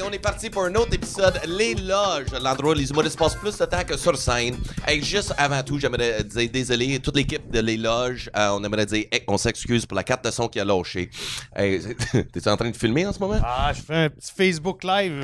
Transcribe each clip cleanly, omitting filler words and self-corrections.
on est parti pour un autre épisode, Les Loges, l'endroit où les humoristes passent plus de temps que sur scène. Hey, juste avant tout, j'aimerais dire désolé, toute l'équipe de Les Loges, on aimerait dire on s'excuse pour la carte de son qui a lâché. Hey, t'es-tu en train de filmer en ce moment? Ah, je fais un petit Facebook Live.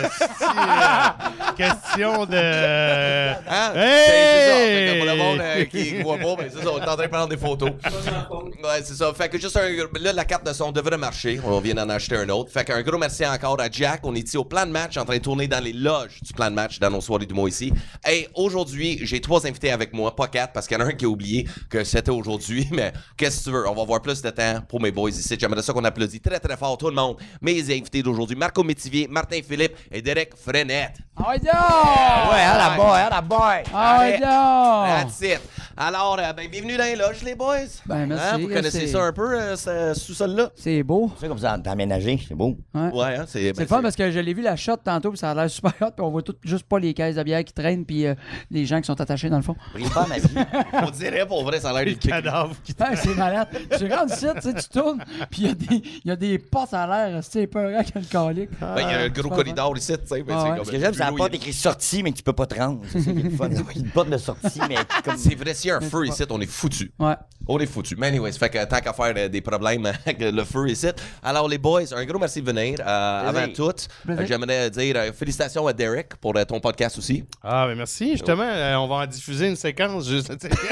Question de... Hein? Hey! C'est ça. Fait que pour le monde qui voit pas, ben c'est ça, on est en train de prendre des photos. Ouais, c'est ça. Fait que juste là, la carte de son devrait marcher. On vient d'en acheter un autre. Fait qu'un gros merci encore à Jack. On est ici au plan de match, en train de tourner dans les loges du plan de match dans nos soirées du mois ici. Hey, aujourd'hui, j'ai 3 invités avec moi, pas 4, parce qu'il y en a un qui a oublié que c'était aujourd'hui, mais qu'est-ce que tu veux? On va avoir plus de temps pour mes boys ici. J'aimerais ça qu'on applaudit très très fort tout le monde. Mes invités d'aujourd'hui, Marco Métivier, Martin Philippe et Derek Frenette. Ah ouais, donc! Ouais, à la boy. Ah ouais, donc! That's it. Alors, bienvenue dans les loges, les boys. Ben, merci. Hein, vous connaissez ça un peu, ce sous-sol-là? C'est beau. C'est comme ça, t'as aménagé, c'est beau. Ouais. Ouais, hein, C'est le fun parce que je l'ai vu la shot tantôt, puis ça a l'air super hot, puis on voit juste pas les caisses de bière qui traînent, puis les gens qui sont attachés dans le fond. Brise pas ma vie. On dirait pour vrai, ça a l'air Les du kick. cadavres qui... Ouais, c'est malade. Tu rentres ici, tu tournes, puis il y a des portes à l'air, c'est peurant que le calique. Ben, il y a un gros corridor ici, tu sais. Ben, Ah c'est ouais. comme Ce que j'aime, c'est la l'eau, porte écrit sortie, mais que tu peux pas te rendre. C'est ça qui est le fun. Une porte de sortie, mais comme. C'est vrai, s'il y a un feu ici, on est foutu. Ouais. On est foutu. Mais anyway, ça fait que tant qu'à faire des problèmes avec le feu ici. Alors, les boys, un gros merci de venir. Avant tout, j'aimerais dire félicitations à Derek pour ton podcast aussi. Ah, ben merci. Justement, on va en diffuser une séquence juste...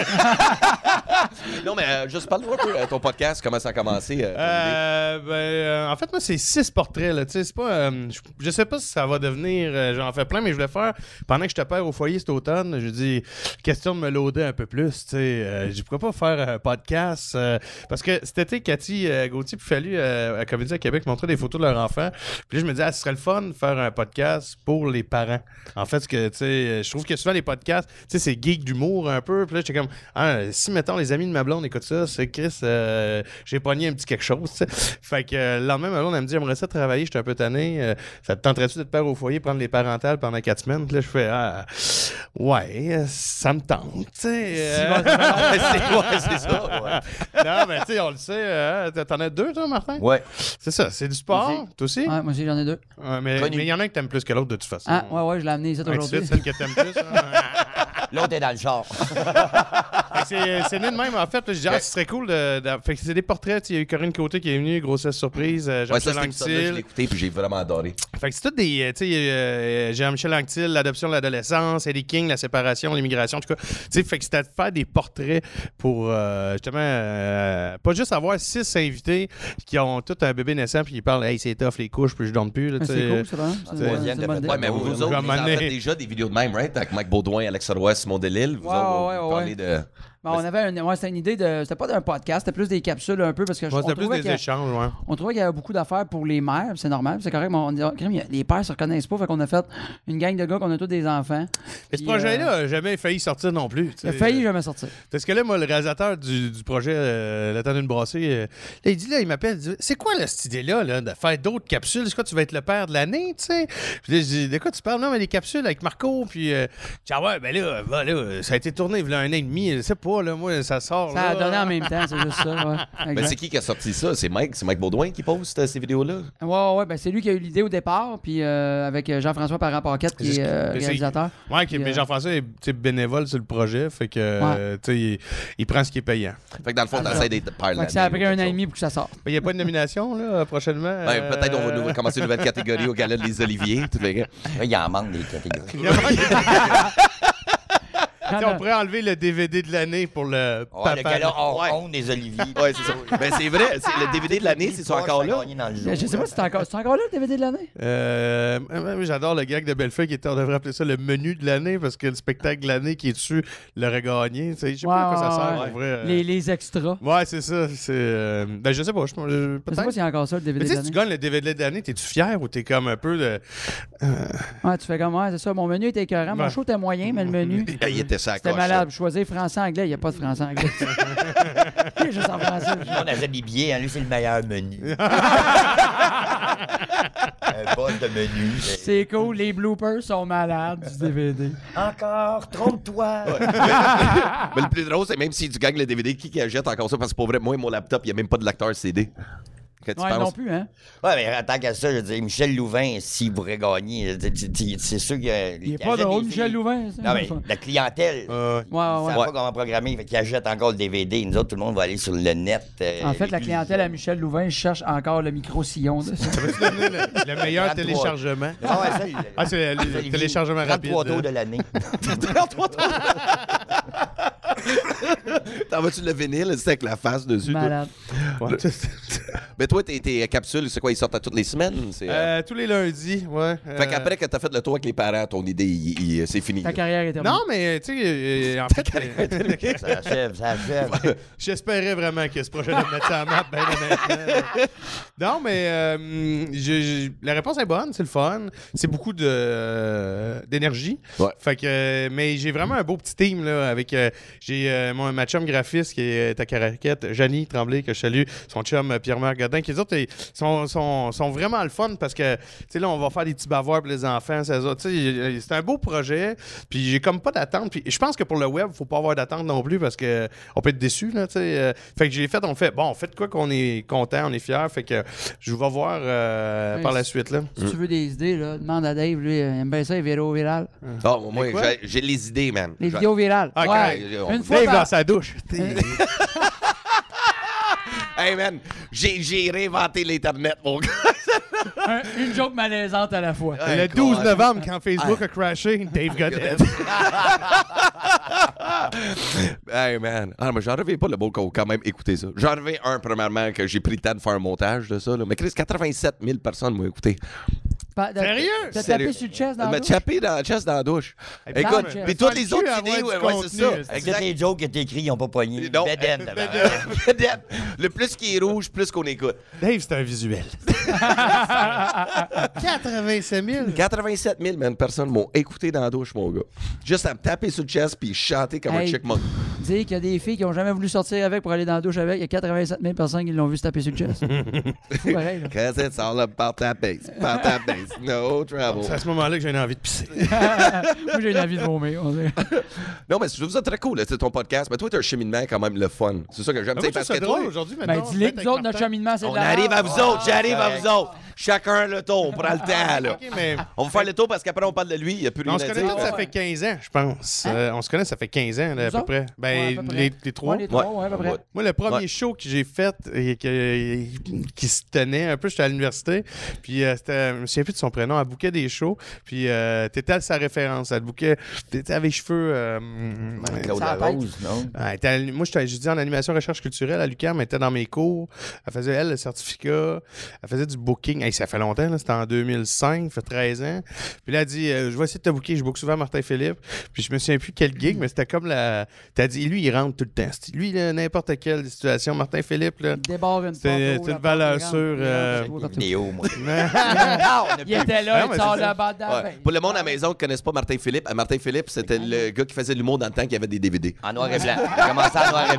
Non, mais juste parle-moi un peu de ton podcast, comment ça a commencé. En fait, moi, c'est 6 portraits. Là. C'est pas, je sais pas si ça va devenir... j'en fais plein, mais je voulais faire... Pendant que je te perds au foyer cet automne, je dis, question de me loader un peu plus. Je dis, pourquoi pas faire un podcast? Parce que cet été, Cathy Gauthier puis Fallu à Comédie à Québec montraient des photos de leur enfant. Puis là, je me disais, ce serait le fun de faire un podcast pour les parents. En fait, je trouve que souvent les podcasts, c'est geek d'humour un peu. Puis là, j'étais comme, si, mettons, les amis de ma blonde écoutent ça, c'est Chris, j'ai pogné un petit quelque chose. T'sais. Fait que le lendemain, ma blonde, elle me dit, j'aimerais ça travailler, j'étais un peu tanné. Ça te tenterait-tu de te père au foyer, prendre les parentales pendant 4 semaines? Puis là, je fais, ouais, ça me tente. c'est ça. Ouais. Non, mais tu sais, on le sait. T'en as 2, toi, Martin? Ouais. C'est ça, c'est du sport. Toi aussi? Ouais, moi aussi, j'en ai 2. Mais il y en a un que t'aimes plus que l'autre, de toute façon. Ah, ouais, je l'ai amené ici aujourd'hui. C'est celle que t'aimes plus. L'autre est dans le char. C'est né de même, en fait. Là, je dis, ce serait cool Fait que c'est des portraits. Il y a eu Corinne Côté qui est venue, grossesse surprise. Jean-Michel je l'ai Anctil. écouté puis j'ai vraiment adoré. Fait que c'est tout des. Tu sais, Jean-Michel Anctil, l'adoption de l'adolescence, Eddie King, la séparation, l'immigration, en tout cas. Tu sais, fait que c'était de faire des portraits pour justement. Pas juste avoir 6 invités qui ont tout un bébé naissant puis ils parlent, hey, c'est tough les couches puis je dorme plus. Là, C'est cool, c'est bon. troisième de Ouais, mais vous autres, vous en faites déjà des vidéos de même, right? Avec Mike Baudouin, Alex Roy, Simon Delille. Vous autres, vous parlez de... Ben, on avait c'était une idée de. C'était pas d'un podcast, c'était plus des capsules un peu parce que c'était plus des échanges, ouais. On trouvait qu'il y avait beaucoup d'affaires pour les mères, c'est normal, c'est correct, mais on dit, les pères se reconnaissent pas, fait qu'on a fait une gang de gars qu'on a tous des enfants. Mais ce projet-là n'a jamais failli sortir non plus. Il a failli jamais sortir. Parce que là, moi, le réalisateur du projet Le temps d'une brassée, il m'appelle, il dit, c'est quoi là, cette idée-là là, de faire d'autres capsules? C'est quoi, tu vas être le père de l'année, tu sais? Puis là, je dis, de quoi tu parles? Non, mais les capsules avec Marco, puis ouais, ben là, ça a été tourné il y a 1 an et demi, je sais pas, là, moi, ça sort. Ça a donné en même temps, c'est juste ça. Ouais. Ben, c'est qui a sorti ça? C'est Mike Baudouin qui poste ces vidéos-là? Ouais, ben c'est lui qui a eu l'idée au départ, puis avec Jean-François Parent-Paquette qui est réalisateur. Ouais, mais Jean-François est bénévole sur le projet, fait que il prend ce qui est payant. Fait que dans le fond, t'essaies d'être père. Fait que ça a pris 1 an et demi pour que ça sorte. Il n'y a pas de nomination là, prochainement? Ben, peut-être on va commencer une nouvelle catégorie au gala des Oliviers. Tous les gars. Il en manque des catégories. On pourrait enlever le DVD de l'année pour le papa. Le gala hors honte des Oliviers. Ouais, c'est ça. Ben, c'est vrai. Le DVD de l'année, c'est encore là. Je sais pas si c'est encore là, le DVD de l'année. J'adore le gag de Bellefeuille qui était, on devrait appeler ça le menu de l'année parce que le spectacle de l'année qui est dessus l'aurait gagné. Je sais pas à quoi ça sert. Pour vrai. Les extras. Ouais, c'est ça. Ben, je sais pas. Je sais pas s'il y a encore ça, le DVD de l'année. Si tu gagnes le DVD de l'année, t'es-tu fier ou t'es comme un peu de. Ouais, tu fais comme, c'est ça. Mon menu était écœurant. Mon show était moyen, mais le menu. Il était ça. C'était malade. Choisir français-anglais, il n'y a pas de français-anglais. Il est juste en français. On achète des billets, lui, c'est le meilleur menu. Un boss de menu. C'est cool, les bloopers sont malades du DVD. Encore, trompe-toi. Ouais. Mais le plus drôle, c'est même si tu gagnes le DVD, qui achète encore ça? Parce que pour vrai, moi, mon laptop, il n'y a même pas de lecteur CD. que tu Ouais, non penses? plus, hein? Ouais, mais tant qu'à ça, je veux dire, Michel Louvain, s'il pourrait gagner, c'est sûr qu'il Il est pas drôle, Michel Louvain. ça. Non, mais la clientèle, Ouais, ils ne savent ouais. pas comment programmer, fait qu'ils achètent encore le DVD. Nous autres, tout le monde va aller sur le net. En fait, la puis- clientèle à Michel Louvain cherche encore le micro-sillon. Ça va-tu devenir le meilleur 33. téléchargement? Ah ouais, ça, Ah, c'est le téléchargement rapide. 33 tours de l'année. T'en vas-tu le vinyle, c'est avec la face dessus? toi? Malade. Ouais. Mais toi, tes capsules, c'est quoi? Ils sortent à toutes les semaines? C'est, Tous les lundis, ouais. Fait qu'après que t'as fait le tour avec les parents, ton idée, c'est fini. Ta carrière est terminée. Non, mais tu sais, en fait, Ça achève, ça achève. j'espérais vraiment que ce projet de mettre ça à map, ben honnêtement. Non, mais la réponse est bonne, c'est le fun. C'est beaucoup d'énergie. Ouais. Fait que, mais j'ai vraiment un beau petit team là, avec j'ai ma chum graphiste qui est à Caraquette, Janie Tremblay, que je salue, son chum Pierre-Marc Godin, qui les autres sont vraiment le fun parce que, tu sais, là, on va faire des petits bavoirs pour les enfants, c'est un beau projet, puis j'ai comme pas d'attente. Puis je pense que pour le web, faut pas avoir d'attente non plus parce que on peut être déçu, là, tu sais. Fait que on fait de quoi qu'on est content, on est fiers, fait que je vais voir par la suite, là. Si tu veux des idées, là, demande à Dave. Lui, il aime bien ça, les vidéos virales. Oh, moi, quoi? j'ai les idées, man. Les vidéos virales. Ah, Ouais. on- Une fois Dave par... dans sa douche. Hey, man, j'ai réinventé l'Internet, mon gars. Une joke malaisante à la fois. Le 12 novembre, quand Facebook a crashé, Dave Goddard. Hey, man. Ah, mais j'en reviens pas le beau qu'on quand même écouté ça. J'en reviens premièrement, que j'ai pris le temps de faire un montage de ça. Là. Mais Chris, 87 000 personnes m'ont écouté. Sérieux? T'as Sérieux? tapé sur le chest dans m'a le tapé dans la chest dans la douche. Hey, Écoute, mais- puis toutes les Faut-tu autres avoir idées, du ouais, contenu, c'est ça. est-ce Avec toutes les jokes que t'écris, ils n'ont pas pogné. Non. Bédaine, Vedette. Le plus qui est rouge, plus qu'on écoute. Dave, c'est un visuel. 85 000. 87 000 man, personnes m'ont écouté dans la douche, mon gars. Juste à me taper sur le chest puis chanter comme un Hey. chick monk. Dire qu'il y a des filles qui n'ont jamais voulu sortir avec pour aller dans la douche avec. Il y a 87 000 personnes qui l'ont vu se taper sur le chest. C'est pareil, là. Cause it's all about that bass. No trouble. C'est à ce moment-là que j'ai envie de pisser. Moi, j'ai une envie de vomir. On dirait. Non, mais je trouve ça très cool, là, c'est ton podcast. Mais toi, t'es un cheminement quand même le fun. C'est ça que j'aime. Moi, Tu sais, je trouve parce ça que drôle toi, aujourd'hui, Ben, maintenant. dis-le, nous autres, notre cheminement, c'est de on la arrive à merde. vous autres, j'arrive à vous autres. Chacun le tour, on prend le temps, là. OK, mais... On va faire le tour parce qu'après, on parle de lui, il n'y a plus rien On se à connaît dire. tous, ça ouais. fait 15 ans, je pense. Hein? On se connaît, ça fait 15 ans, là, à Nous peu autres? près. Ouais, Ben, à peu près. les trois. Ouais, les trois, ouais, à peu près. Ouais. Moi, le premier Ouais. show que j'ai fait et qui se tenait un peu, j'étais à l'université, puis je me souviens plus de son prénom, elle bouquait des shows, puis t'étais à sa référence, elle bouquait, t'étais avec les cheveux... Claude Ça Larose, non? moi, j'étudiais en animation recherche culturelle à l'UQAM, elle était dans mes cours, elle faisait, elle, le certificat, elle faisait du booking, hey, ça fait longtemps, là, c'était en 2005, ça fait 13 ans, puis là, elle dit, je vais essayer de te booker, je book souvent Martin Philippe, puis je me souviens plus quel gig, mais c'était comme t'as dit, lui, il rentre tout le temps, lui, là, n'importe quelle situation, Martin Philippe, là, Il débarre une C'est porte, une la valeur porte, sûre, il rentre, Avec il des rentre, vidéos, moi. Il était là, Non, il mais sort c'est la ça. batte dans la Ouais. veille. Pour le monde à la maison qui ne connaisse pas Martin Philippe, Martin Philippe, c'était le gars qui faisait l'humour dans le temps qu'il y avait des DVD. En noir et blanc. Il a commencé en noir et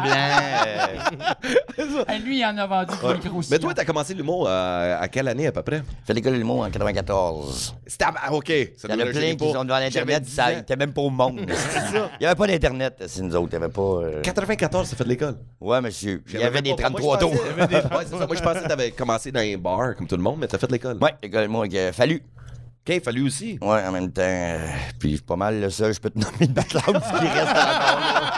blanc. Hey, lui, il en a vendu du micro aussi. Mais toi, t'as commencé l'humour à quelle année à peu près? J'ai fait l'école de l'humour en 94. C'était OK. Ça Il y en doit a le plein gêner qui sont devant J'avais l'Internet, 10 ça ans. n'était même pas au monde. Il n'y avait pas d'Internet, c'est nous autres. Il n'y avait pas. 94, ça fait de l'école. Ouais, monsieur. Il y J'avais avait des même pas- 33 tours. Ouais, c'est ça. Moi, je pensais que t'avais commencé dans un bar comme tout le monde, mais t'as fait de l'école. Ouais, l'école de l'humour, il a fallu. OK, il fallu aussi. Ouais, en même temps. Puis pas mal le seul, je peux te nommer le backlog qui reste encore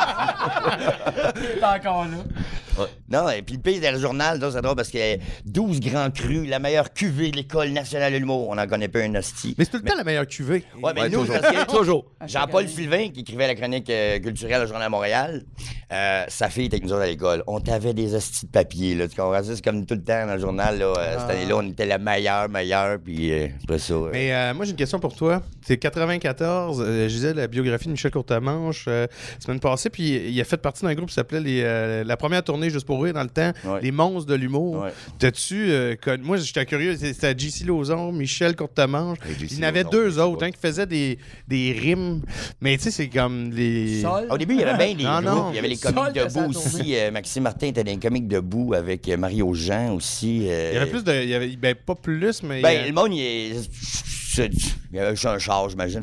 là. Il est encore là. Non, et puis le pays dans le journal, ça, c'est drôle parce que 12 grands crus, la meilleure cuvée de l'École nationale de l'humour. On n'en connaît pas un hostie. mais c'est tout le temps la meilleure cuvée. Ouais, mais Ouais, nous, toujours. parce que Toujours. Jean-Paul année. Sylvain, qui écrivait la chronique culturelle au Journal de Montréal, sa fille était avec nous autres à l'école. On t'avait des hosties de papier, là. Tu comprends ça? C'est comme tout le temps dans le journal, là. Cette année-là, on était la meilleure, puis après ça. Mais moi, j'ai une question pour toi. C'est 94, je disais la biographie de Michel Courtemanche semaine passée, puis il a fait partie d'un groupe qui s'appelait la première tournée Juste pour rire dans le temps, Ouais. Les monstres de l'humour. Ouais. T'as-tu moi, j'étais curieux, c'était J.C. Lauzon, Michel Courtemanche. Hey, J.C. Il y en avait Lauzon, deux je sais autres, pas. qui faisaient des rimes, mais tu sais, c'est comme les... Sol. Au début, il y avait bien des Non, groupes. non. Il y avait les Sol comiques de sa debout tournée. aussi. Maxime Martin était dans les comiques debout avec Mario Jean aussi. Il y avait plus de... Il y avait, ben, pas plus, mais... Ben, le monde, il est... Il y avait juste un char, j'imagine.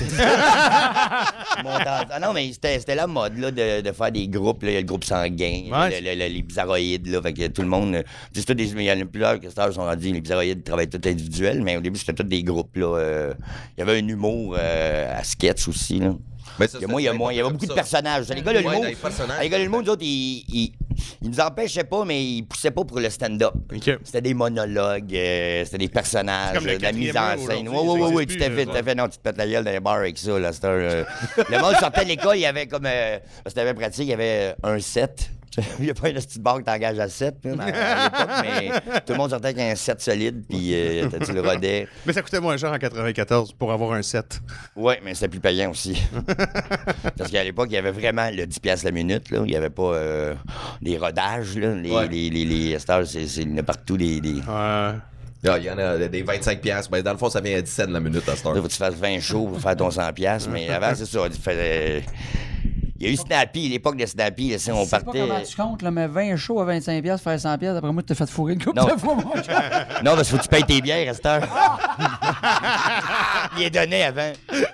Ah non, mais c'était la mode là, de faire des groupes. Là. Il y a le groupe sanguin, les bizarroïdes. Là, fait que tout le monde. Il y en a plusieurs qui sont dit les bizarroïdes travaillent tous individuels, mais au début, c'était tous des groupes. Là, il y avait un humour à sketch aussi. Là. Mais ça, il y avait beaucoup de personnages. Les gars de l'humour, nous autres, ils nous empêchaient pas, mais ils poussaient pas pour le stand-up. Okay. C'était des monologues, c'était des personnages, de la mise en scène. Oui, tout à fait. Non, tu te pètes la gueule dans les bars avec ça. Là, le monde sortait de l'école, il y avait comme... c'était bien pratique, il y avait un set. Il n'y a pas une petite bar qui t'engage à 7 à l'époque, mais tout le monde sortait avec un 7 solide, puis tu le rodais. Mais ça coûtait moins cher en 94 pour avoir un 7. Oui, mais c'était plus payant aussi. Parce qu'à l'époque, il y avait vraiment le 10$ la minute. Là. Il n'y avait pas des rodages. Là. Les stars, il y en a partout des... Il y en a des 25$. Ben, dans le fond, ça vient à 17 la minute à ce temps. Il faut que tu fasses 20 shows pour faire ton 100$. Mais avant, c'est ça. Il y a eu Snappy, l'époque de Snappy, là, on partait... Je sais pas comment tu comptes, là, mais 20 shows à 25$, faire 100$, après moi, tu t'es fait fourrer une couple de fois, mon gars. Non, parce qu'il faut que tu payes tes bières, à cette heure. Il est donné avant.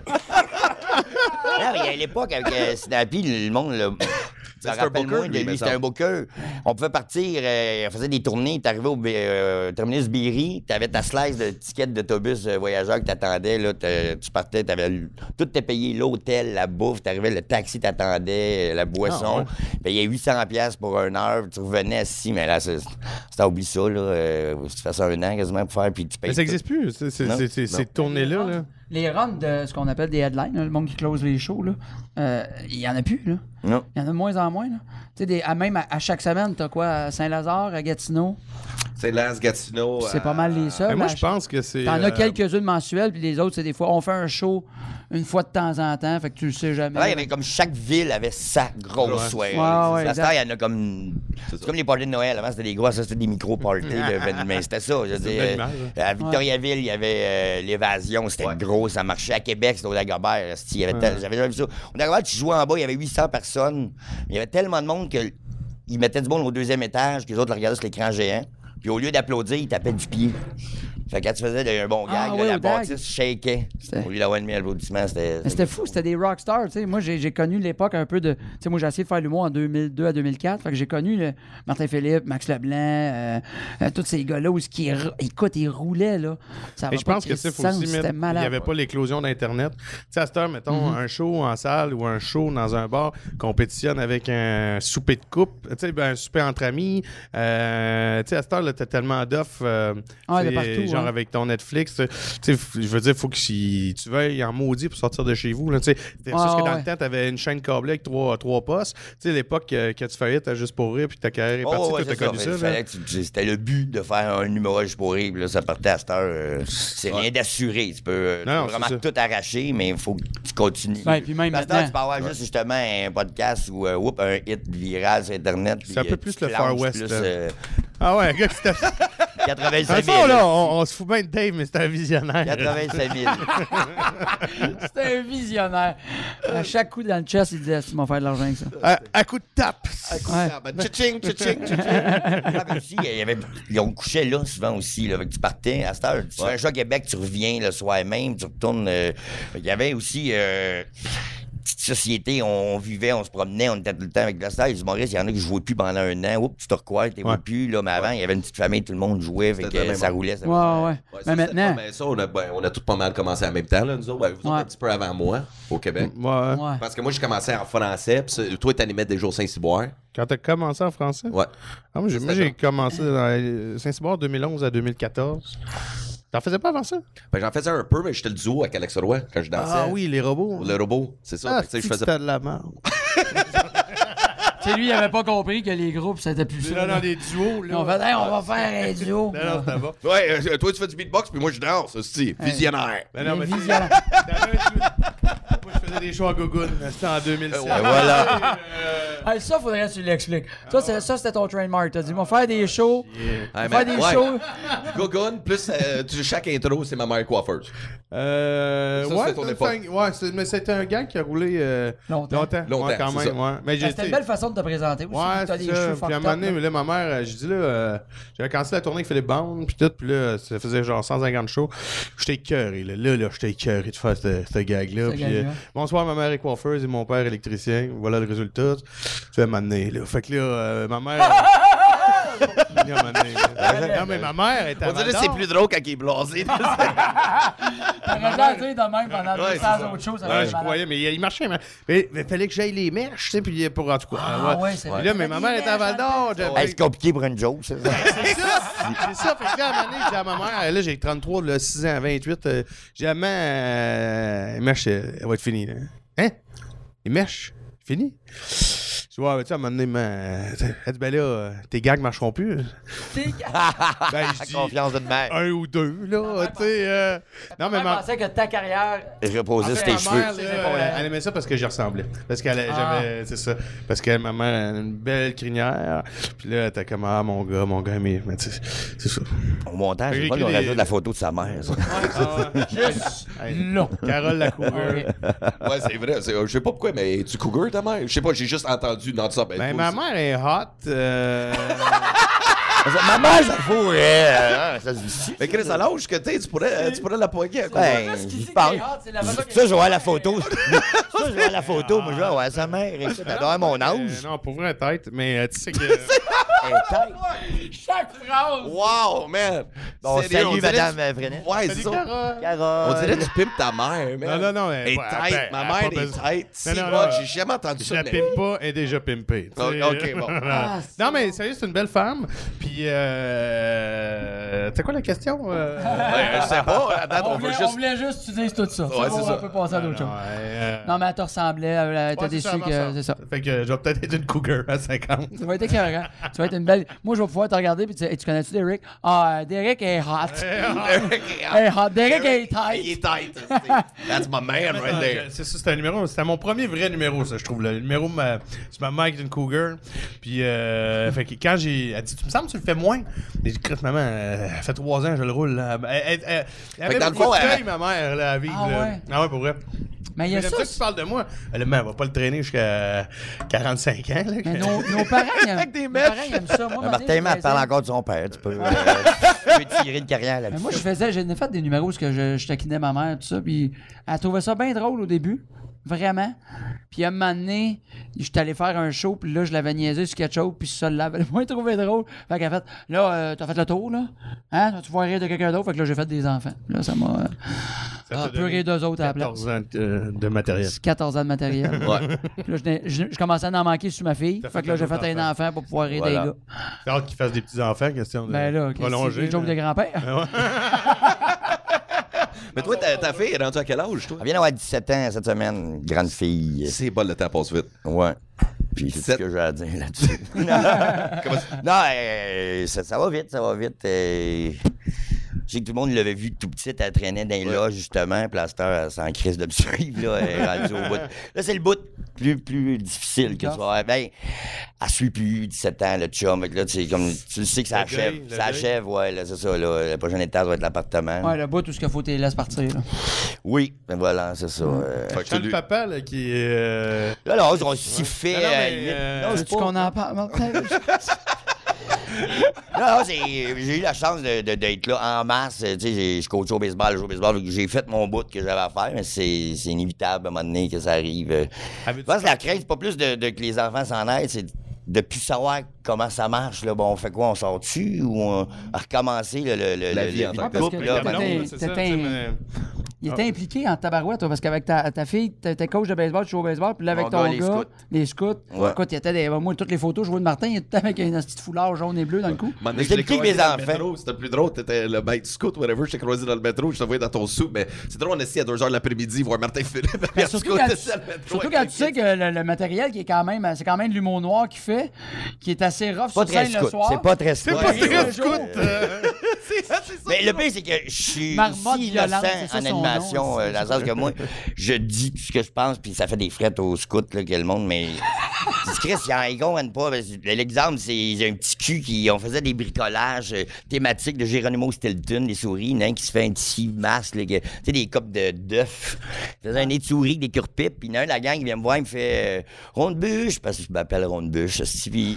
Non, mais à l'époque, avec Snappy, le monde... Ça rappelle-moi de lui, c'était un booker. On pouvait partir, on faisait des tournées, t'arrivais au terminus Berry, t'avais ta slice de ticket d'autobus voyageur qui t'attendait, là, tu partais, tout était payé, l'hôtel, la bouffe, t'arrivais, le taxi t'attendait, la boisson, payais 800$ pour 1 heure, tu revenais assis, mais là, t'as oublié ça, là, tu fais ça 1 an quasiment pour faire, puis tu payes. Mais ça n'existe plus, ces tournées-là, là. Les runs de ce qu'on appelle des headlines, là, le monde qui close les shows, il y en a plus, là. Non. Il y en a de moins en moins, là. Tu sais, même à chaque semaine, t'as quoi, à Saint-Lazare, à Gatineau? Saint-Laz, Gatineau. C'est pas mal les seuls. Mais moi, je pense que c'est... T'en as quelques-unes mensuelles, puis les autres, c'est des fois, on fait un show une fois de temps en temps, fait que tu le sais jamais. Là, il y avait comme chaque ville avait sa grosse soirée. À ce temps, il y en a comme... C'est comme les parties de Noël. Avant, c'était des gros, ça, c'était des micro-parties. Mais c'était ça. Je veux dire, à Victoriaville, il y avait l'Évasion. C'était gros, ça marchait. À Québec, c'était au Dagobert. J'avais jamais vu ça. Au Dagobert, tu jouais en bas, il y avait 800 personnes. Il y avait tellement de monde qu'ils mettaient du monde au 2e étage, que les autres le regardaient sur l'écran géant. Puis au lieu d'applaudir, ils tapaient du pied. Fait que quand tu faisais un bon gag, la bâtisse shakeait. Au lieu d'avoir une applaudissement, c'était fou, c'était des rockstars. Moi, j'ai connu l'époque un peu de... moi, j'ai essayé de faire l'humour en 2002 à 2004. Fait que j'ai connu Martin Philippe, Max Leblanc, tous ces gars-là où ils roulaient. Là. Et je pense que c'est aussi, il n'y avait pas l'éclosion d'Internet. Tu sais, à cette heure, mettons, un show en salle ou un show dans un bar compétitionne avec un souper de couple, un souper entre amis. Tu sais, à cette heure, tu as tellement d'offres. De partout. Genre avec ton Netflix, je veux dire, il faut que si tu veuilles en maudit pour sortir de chez vous. Là, c'est juste que dans le temps, tu avais une chaîne câblée avec trois postes. Tu sais, l'époque que tu faisais, t'as juste pour rire, puis ta carrière est partie, tu as connu ça. C'était le but de faire un numéro juste pour rire, puis là, ça partait à cette heure. C'est rien d'assuré. Tu peux vraiment tout arracher, mais il faut que tu continues. Ouais, puis même maintenant, tu peux avoir juste justement un podcast ou un hit viral sur Internet. C'est un peu plus le Far West. Ah ouais, gars, c'était 85 000. Là, on se fout bien de Dave, mais c'était un visionnaire. 85 000. C'était un visionnaire. À chaque coup dans le chest, il disait, tu m'as fait de l'argent avec ça. À coup de tape. Tching, tching. On couchait là souvent aussi. Là, tu partais à cette heure. Tu fais un show à Québec, tu reviens le soir même, tu retournes. Il y avait aussi... petite société, on vivait, on se promenait, on était tout le temps avec la star. Les humoristes, il y en a qui ne jouaient plus pendant 1 an. Oups, tu te recoiles, tu ne plus. Là, mais avant, il y avait une petite famille, tout le monde jouait, fait que ça roulait. Mais maintenant... Ça, on a tout pas mal commencé en même temps, là, nous autres. Vous autres, un petit peu avant moi, au Québec. Parce que moi, j'ai commencé en français, puis toi, tu animais des jours Saint-Cyboire. Quand tu as commencé en français? Ouais. Moi, j'ai commencé dans Saint-Cyboire 2011 à 2014. T'en faisais pas avant ça? Ben, j'en faisais un peu, mais j'étais le duo avec Alex Roy quand je dansais. Ah oui, les robots. Le robot, c'est ça. Ah, je faisais de la merde. Tu sais, lui, il avait pas compris que les groupes, c'était plus ça. Non, des duos, là. On va faire un duo. Non, ça va. Ouais, toi, tu fais du beatbox, puis moi, je danse, aussi. Visionnaire. Mais non, mais visionnaire. faisais des shows en Gogoune. C'était en 2007. Voilà. Hey, ça, faudrait que tu l'expliques. Toi, ça, c'était ton trademark. T'as dit, on va faire des shows. Ah, Faire des shows. Gogun, plus chaque intro, c'est ma mère coiffeuse. Ouais, c'était ton époque. mais c'était un gars qui a roulé Longtemps. Longtemps, Ouais, quand c'est même, ça. ouais. Mais C'était une belle façon de te présenter aussi. Ouais, T'as c'est des ça. cheveux Puis à un fucked moment up, donné, là. là, ma mère, j'ai dit là, j'avais commencé la tournée avec Philippe Bond, puis tout, puis là, ça faisait genre 150 shows. J'étais écœuré, là. Là, j'étais écœuré de faire cette gag-là. Puis bonsoir, ma mère est coiffeuse et mon père électricien. Voilà le résultat. Tu vas m'amener, là. Fait que là, ma mère. Non, mais ma mère était à On dirait que Val-d'Or. c'est plus drôle quand il est blasé. T'aurais l'air de dire de même pendant Ouais, 200 c'est ça. autres choses. Ouais, je croyais, mais il marchait. Mais il fallait que j'aille les mèches, tu sais, puis pour en tout cas. Ah ouais, c'est Puis vrai. là, mais ma mère était à Val d'Or. Hey, c'est compliqué pour une joke, c'est ça. C'est ça. Fait que là, à un moment donné, je dis à ma mère, là, j'ai 33, là, 6 ans, 28. J'ai dit, maman, les mèches, elle va être finie, là. Hein? Les mèches? Fini? Je dis, ouais, mais tu sais, à un moment donné, elle dit, ben là, tes gags marcheront plus. Ben, je dis, Confiance d'une mère. un ou deux, là, tu sais. Non, mais Je pensais que ta carrière. Reposer sur tes ma cheveux. mère, là, elle aimait ça parce que j'y ressemblais. Parce qu'elle j'avais. C'est ça. Parce que ma mère a une belle crinière. Puis là, t'as comme, ah, mon gars, mais tu sais, c'est ça. Au montage, J'ai j'ai pas écrit qu'on des- rajoute la photo de sa mère. Ça. Juste Hey, là. Carole Lacougar. Ouais, c'est vrai. Je sais pas pourquoi, mais tu cougar ta mère? Je sais pas, j'ai juste entendu dans ça. Ben, ma mère est hot. Ma mère, ça fourrait. Ça se dit. Mais Chris, à l'âge que t'es, tu pourrais la poigner. Ben, Ce qui dit je que pense. t'es hot, c'est la façon que- Ça, je vois la photo. Ça, je vois la photo. Moi, je vois, ouais, sa mère, écoute, elle doit avoir mon âge. Non, pour vrai, tête. Mais tu sais que. Elle est tête. Chaque phrase. Wow, man! Bon, Sérieux, on salut, dirait madame que Frenette. Ouais, c'est Salut, ça. Carole. Carole. On dirait que tu pimpes ta mère, man. Non. Elle est ben, tête. ben, Ma elle a mère pas est besoin- tête. Non, Si, non, moi, non. j'ai jamais entendu Je ça. la mais- pimpe pas, elle est déjà pimpée. tu sais. Ok, bon. Non, mais sérieux, c'est une belle femme. Puis, c'est quoi la question? Ouais, je sais pas. Attends, On on veut voulait, juste. on voulait juste que tu dises tout ça. Ouais, c'est ça. On peut passer à d'autres choses. Ouais, Non, mais elle te ressemblait. Elle était déçue que c'est ça. Fait que je vais peut-être être une cougar à 50. Tu vas être écœurant. Tu vas être une belle. Moi, je vais pouvoir te regarder puis tu sais, hey, tu connais-tu Derek? Ah, Derek est hot. Elle est hot. Derek est Il tight. est tête. That's my man right there. C'est ça, c'était un numéro. C'était mon premier vrai numéro, ça, je trouve. Le numéro, c'est ma mère qui est une cougar. Puis, fait que quand elle dit, tu me sembles que tu le fais moins. J'ai dit, Chris, maman, elle fait 3 ans, je le roule. Là. Elle avait dans le beaucoup fond, de elle- feuilles, ma mère, là, à vivre. Ah là. ouais? Ah ouais, pour vrai. Mais il y a J'aime ça. ça que tu parles de moi. Elle va pas le traîner jusqu'à 45 ans. Là, Mais nos parents, ils aiment, Avec des nos parents, ils aiment ça. Moi, Martin Matt parle encore de son père. Tu peux tirer une carrière Mais là-dessus. moi, j'ai fait des numéros où je taquinais ma mère, tout ça, puis elle trouvait ça bien drôle au début. Vraiment. Puis à un moment donné, j'étais allé faire un show, puis là, je l'avais niaisé sur quelque chose, puis ça l'avait moins trouvé drôle. Fait qu'elle a fait, là, t'as fait le tour, là? Hein? Tu vas rire de quelqu'un d'autre? Fait que là, j'ai fait des enfants. Là, ça m'a t'a peu rire d'eux autres à la place. 14 ans de matériel. 14 ans de matériel. Ouais. Puis là, je commençais à en manquer sur ma fille. T'as Fait que là, fait j'ai un fait autre un enfant pour pouvoir rire Voilà. des gars. C'est hâte qu'ils fassent des petits-enfants, question de Ben là, prolonger. des jokes de grand-père. Mais toi, ta fille est rendue à quel âge, toi? Elle vient d'avoir 17 ans cette semaine, grande fille. C'est bon, le temps passe vite. Ouais. Puis c'est ce 17. que j'ai à dire là-dessus. Non, ça va vite, ça va vite. Je sais que tout le monde l'avait vu tout petit, elle traînait dans les loges, justement, puis la star, elle s'en crise de me suivre, là, elle est rendue au bout. Là, c'est le bout plus difficile que tu vois. Ben, elle suit plus 17 ans, le chum. Fait que là, tu sais, comme, tu le sais que ça Le achève. deuil, le Ça deuil. achève, ouais, là, c'est ça, là. La prochaine étape va être l'appartement. Ouais, le bout, tout ce qu'il faut, tu les laisses partir. Là. Oui, ben voilà, c'est ça. Fait que Quand tu le papa, là, qui est... Là, là, on s'y fait. Non, mais, Non, Veux-tu qu'on en parle? Non, j'ai eu la chance d'être là en masse. Tu sais, je coach au baseball, je joue au baseball. J'ai fait mon bout que j'avais à faire, mais c'est inévitable à un moment donné que ça arrive. Je pense que la crainte, c'est pas plus que les enfants s'en aident, c'est de plus savoir comment ça marche. Là. Bon, on fait quoi? On sort dessus ou on a recommencé La vie en tant que parce couple? que Là, t'as- ben, t'étais- Il était impliqué en tabarouette, toi, parce qu'avec ta fille, t'étais coach de baseball, tu jouais au baseball, puis là, avec Mon ton gars, gars, les scouts. les scouts. Ouais. Écoute, il y était des. Moi, toutes les photos, je vois de Martin, il était avec un petit foulard jaune et bleu dans le cou. Mais J'étais impliqué avec mes enfants. C'était plus drôle, t'étais le bête scout, whatever. Je t'ai croisé dans le métro, je te voyais dans ton sou, mais c'est drôle, on est ici à 2h de l'après-midi, voir Martin Philippe. Ben, surtout quand tu sais que le matériel qui est quand même, c'est quand même de l'humour noir qu'il fait, qui est assez rough Pas sur très scène le scout. soir. C'est pas très C'est scout. pas Ouais, très un scout. jour. C'est ça. Mais le pire, c'est que je suis Marmotte aussi violente, innocent c'est ça en son nom. d'information, non, dans le sens que moi, je dis tout ce que je pense, puis ça fait des frettes aux scouts, là, que le monde, mais... Chris, ils comprennent pas. L'exemple, c'est j'ai un petit cul on faisait des bricolages thématiques de Geronimo Stilton, des souris, qui se fait un petit masque, tu sais, des copes d'œufs. Il faisait un nez de souris, des cure-pipes, puis un, la gang, il vient me voir, il me fait Ronde-Bûche, parce que je m'appelle Ronde-Bûche, puis...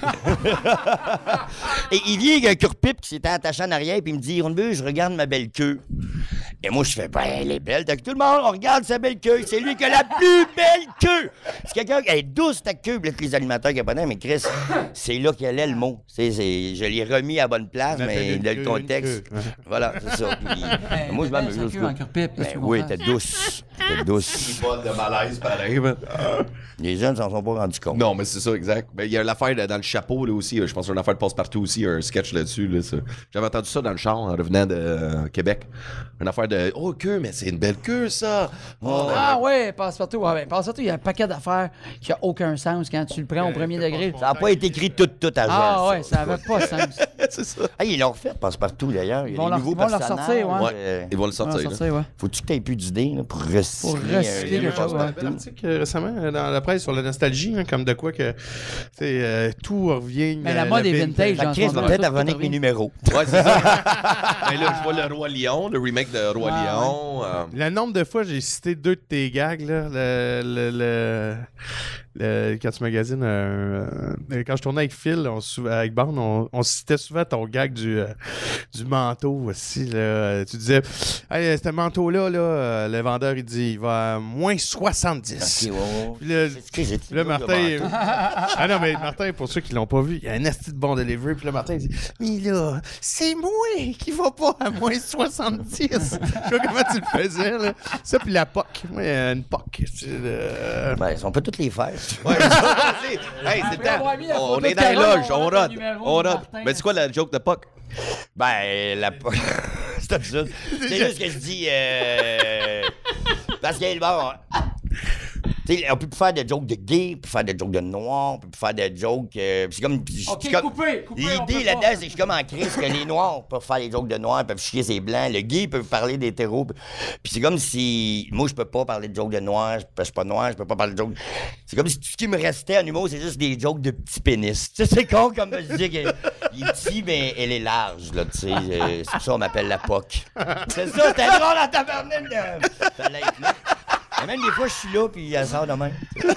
Et il vient avec un cure-pipe qui s'était attaché en arrière, puis il me dit Ronde-Bûche, regarde ma belle queue. Et moi, je fais, elle est belle. Tout le monde, on regarde sa belle queue. C'est lui qui a la plus belle queue. C'est quelqu'un qui est douce, ta queue. Puis là, les animateurs capotaient, mais Chris, c'est là qu'il allait le mot. Je l'ai remis à bonne place, mais dans le contexte. Voilà, c'est ça. Puis, moi, je m'amuse. Oui, t'es douce. T'es douce. Pas de malaise, pareil, man. Les jeunes s'en sont pas rendus compte. Non, mais c'est ça, exact. Mais il y a l'affaire dans le chapeau, là aussi. Je pense qu'il y a une affaire de passe-partout aussi. Un sketch là-dessus. Là, j'avais entendu ça dans le char en revenant de Québec. Une affaire de oh, queue, mais c'est une belle queue, ça. Oh, ouais, passe-partout. Ouais, ben, passe-partout, il y a un paquet d'affaires qui n'a aucun sens quand tu le prends au premier degré. Ça n'a pas été écrit tout à gel. Ah, ouais, ça n'avait pas de sens. c'est ça. Ah, ils l'ont refait, passe-partout, d'ailleurs. Il y a des nouveaux personnages. personnages. Ils vont le sortir. Ouais. Faut-tu que tu aies plus d'idées pour recycler quelque chose. Un article récemment dans la presse sur la nostalgie, comme de quoi que tout revient. Mais la mode est vintage. Chris va peut-être revenir avec mes numéros. Ouais, c'est ça. Mais là, je vois le Roi Lion, le remake de Roi Lion. Le nombre de fois j'ai cité 2 de tes gags, là. Quand tu magasines, quand je tournais avec Phil, avec Barn, on citait souvent ton gag du manteau aussi. Là. Tu disais, hey, ce manteau-là, le vendeur, il dit, il va à moins 70. Okay, ouais. Puis là, Martin. Ah non, mais Martin, pour ceux qui l'ont pas vu, il y a un esti de bon delivery. Puis là, Martin, il dit, mais là, c'est moi qui va pas à moins 70. Je sais pas comment tu le faisais, là. Ça, puis la POC. Moi, une POC. Ben, on peut toutes les faire. Ouais, hey, c'est le temps. On est dans les loges, on rode. Mais c'est quoi la joke de Puck? Ben, la POC. C'est absurde. C'est juste que je dis. Parce que, bon. T'sais, on peut plus faire des jokes de gay, on peut faire des jokes de noirs, on peut plus faire des jokes. C'est comme. Coupé, l'idée là-dedans, c'est que je suis comme en crise que les noirs peuvent faire des jokes de noirs, peuvent chier ses blancs. Le gay peut parler d'hétéros. Puis c'est comme si. Moi, je peux pas parler de jokes de noirs, je suis pas noir, je peux pas parler de jokes. C'est comme si tout ce qui me restait en humour, c'est juste des jokes de petits pénis. Tu sais, c'est con comme je dis qu'il est petit, mais elle est large, là, tu sais. C'est pour ça qu'on m'appelle la POC. C'est ça, c'était drôle en tabarnak de. Même des fois, je suis là, puis elle sort de même.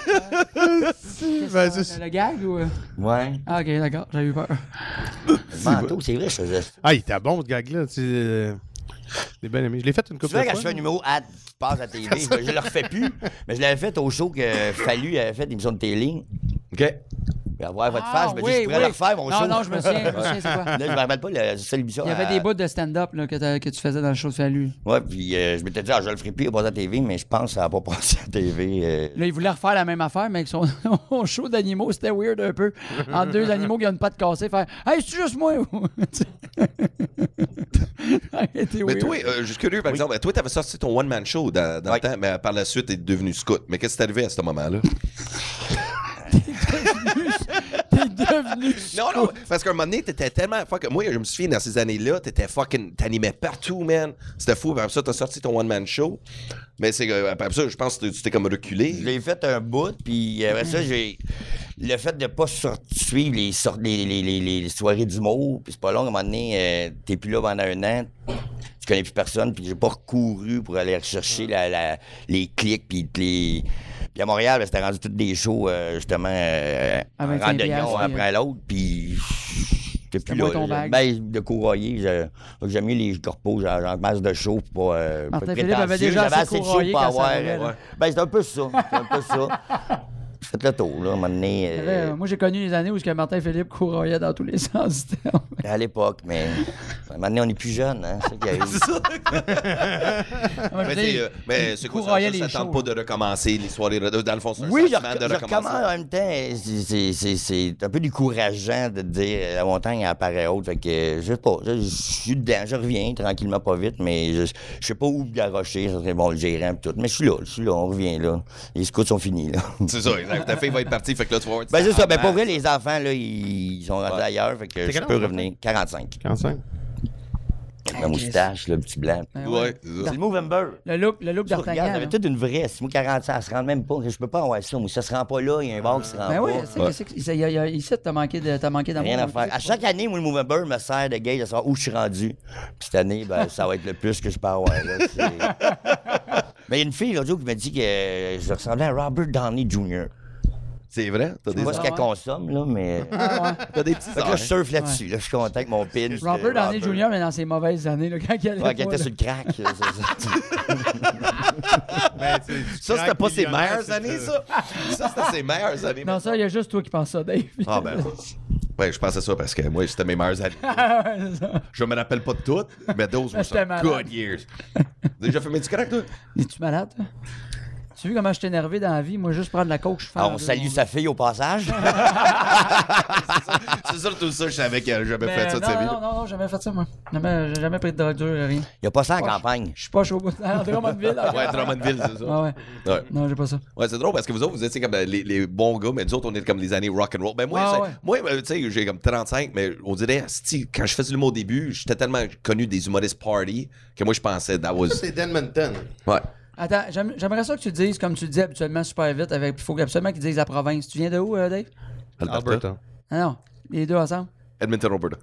Le gag ou. Ouais. Ah, ok, d'accord, j'avais eu peur. Manteau, c'est vrai, je faisais ça. Ah, il était bon, ce gag-là. Je l'ai bien aimé. Je l'ai fait une couple de fois. Tu vois, quand je fais un numéro qui passe à la télé, je le refais plus, mais je l'avais fait au show que Fallu avait fait une émission de télé. OK. Puis avoir votre face, je me dis, je pourrais le refaire, mon show. Non, je me souviens, c'est quoi. Là, je me rappelle pas la seule émission. Il y avait des bouts de stand-up là, que tu faisais dans le show de Fallu. Ouais, puis je m'étais dit, je le ferai plus, à passer à la TV, mais je pense que ça n'a pas passé à la TV. Là, il voulait refaire la même affaire, mais avec son show d'animaux, c'était weird un peu. Entre deux animaux qui ont une patte cassée, faire hey, c'est juste moi! Mais toi, je suis curieux, par exemple, toi, t'avais sorti ton one-man show dans le temps, mais par la suite, t'es devenu scout. Mais qu'est-ce qui t'est arrivé à ce moment-là? T'es devenu Non, parce qu'à un moment donné, t'étais tellement fucking. Moi, je me souviens, dans ces années-là, t'étais fucking. T'animais partout, man. C'était fou. Après ça, t'as sorti ton one-man show. Mais c'est après ça, je pense que tu t'es comme reculé. Je l'ai fait un bout, puis après ça, j'ai. Le fait de pas suivre les soirées d'humour, puis c'est pas long, à un moment donné, t'es plus là pendant un an. Tu connais plus personne, puis j'ai pas recouru pour aller rechercher les clics, puis les. Puis à Montréal, c'était rendu tous des shows, justement, en randonnion après l'autre, puis j'étais plus là. Ben, de courroyer, j'aime mieux les corpos, genre masse de show, pour pas Martin Philippe avait déjà assez courroyé quand ça allait. Ben, c'est un peu ça, Faites le tour, là, à un moment donné. Moi, j'ai connu les années où Martin Philippe courroyait dans tous les sens du terme. À l'époque, mais à un moment donné, on est plus jeune, hein, c'est ça qu'il y a eu. C'est ça. Mais c'est quoi ça tente pas de recommencer les soirées dans le fond, c'est un sentiment de recommencer. En même temps, c'est un peu décourageant de dire la montagne apparaît haute, fait que je sais pas, je suis dedans, je reviens tranquillement, pas vite, mais je sais pas où garocher, ça serait bon le gérant et tout, mais je suis là, on revient là. Les scouts sont finis, là. C'est ça, ta fille va être partie, fait que là, tu vas voir. Ben, c'est ça. Ben, pour vrai, les enfants, là, ils sont rentrés ailleurs, fait que je peux revenir. 45. 45? la moustache, le petit blanc. Ben Ouais, C'est c'est ça. le Movember. Le look Tu regardes, d'Artagnan. j'avais là. toute une vraie. C'est moi 40 ans, ça se rend même pas. Je peux pas avoir ça. Moi, ça se rend pas là. Il y a un bar qui se rend Ben pas. oui, ici, t'as manqué d'amour. Rien à faire. À chaque année, moi, le Movember me sert de gauge à savoir où je suis rendu. Puis cette année, ben, ça va être le plus que je peux avoir. Là. Mais il y a une fille l'autre jour qui m'a dit que je ressemblais à Robert Downey Jr. C'est vrai? T'as Je sais pas ce qu'elle consomme, là, mais. T'as des petits Fait que là, je surfe là-dessus. Là, je suis content avec mon pin. Robert Downey Jr., mais dans ses mauvaises années, là, quand il allait Ouais, qui pas, était là. sur le crack. là, c'est ça. Ben, Ça, c'était pas ses meilleures années, ça? Ça, c'était ses meilleures années. Non, ça, il y a juste toi qui penses ça, Dave. Ah, ben. Ouais, je pensais ça parce que moi, c'était mes meilleures années. Ouais, c'est ça. Je me rappelle pas de toutes, mais those were J'étais some malade. good years. Déjà fumé du crack, toi? Es-tu malade, toi? Tu as vu comment je suis énervé dans la vie? Moi, juste prendre la coke, je fais. Ah, on salue sa fille au passage. C'est surtout ça, je savais qu'elle avait jamais fait ça de sa vie. Non, jamais fait ça, moi. J'ai jamais pris de drogue dure, rien. Il n'y a pas ça en campagne. Je suis pas chaud. À Drummondville. Ouais, Drummondville, c'est ça. Ah ouais. Ouais. Non, j'ai pas ça. Ouais, c'est drôle parce que vous autres, vous étiez comme les bons gars, mais nous autres, on est comme les années rock and roll. Ben moi, Ah, c'est- ouais. moi tu sais, j'ai comme 35, mais on dirait, asti, quand je faisais l'humour au début, j'étais tellement connu des humoristes party que moi, je pensais that was... Ça, c'est d'Edmonton. Ouais. Attends, j'aimerais ça que tu dises, comme tu le dis habituellement, super vite. Il faut absolument qu'ils disent la province. Tu viens de où, Dave? Alberta. Ah non, les deux ensemble. Edmonton, Alberta.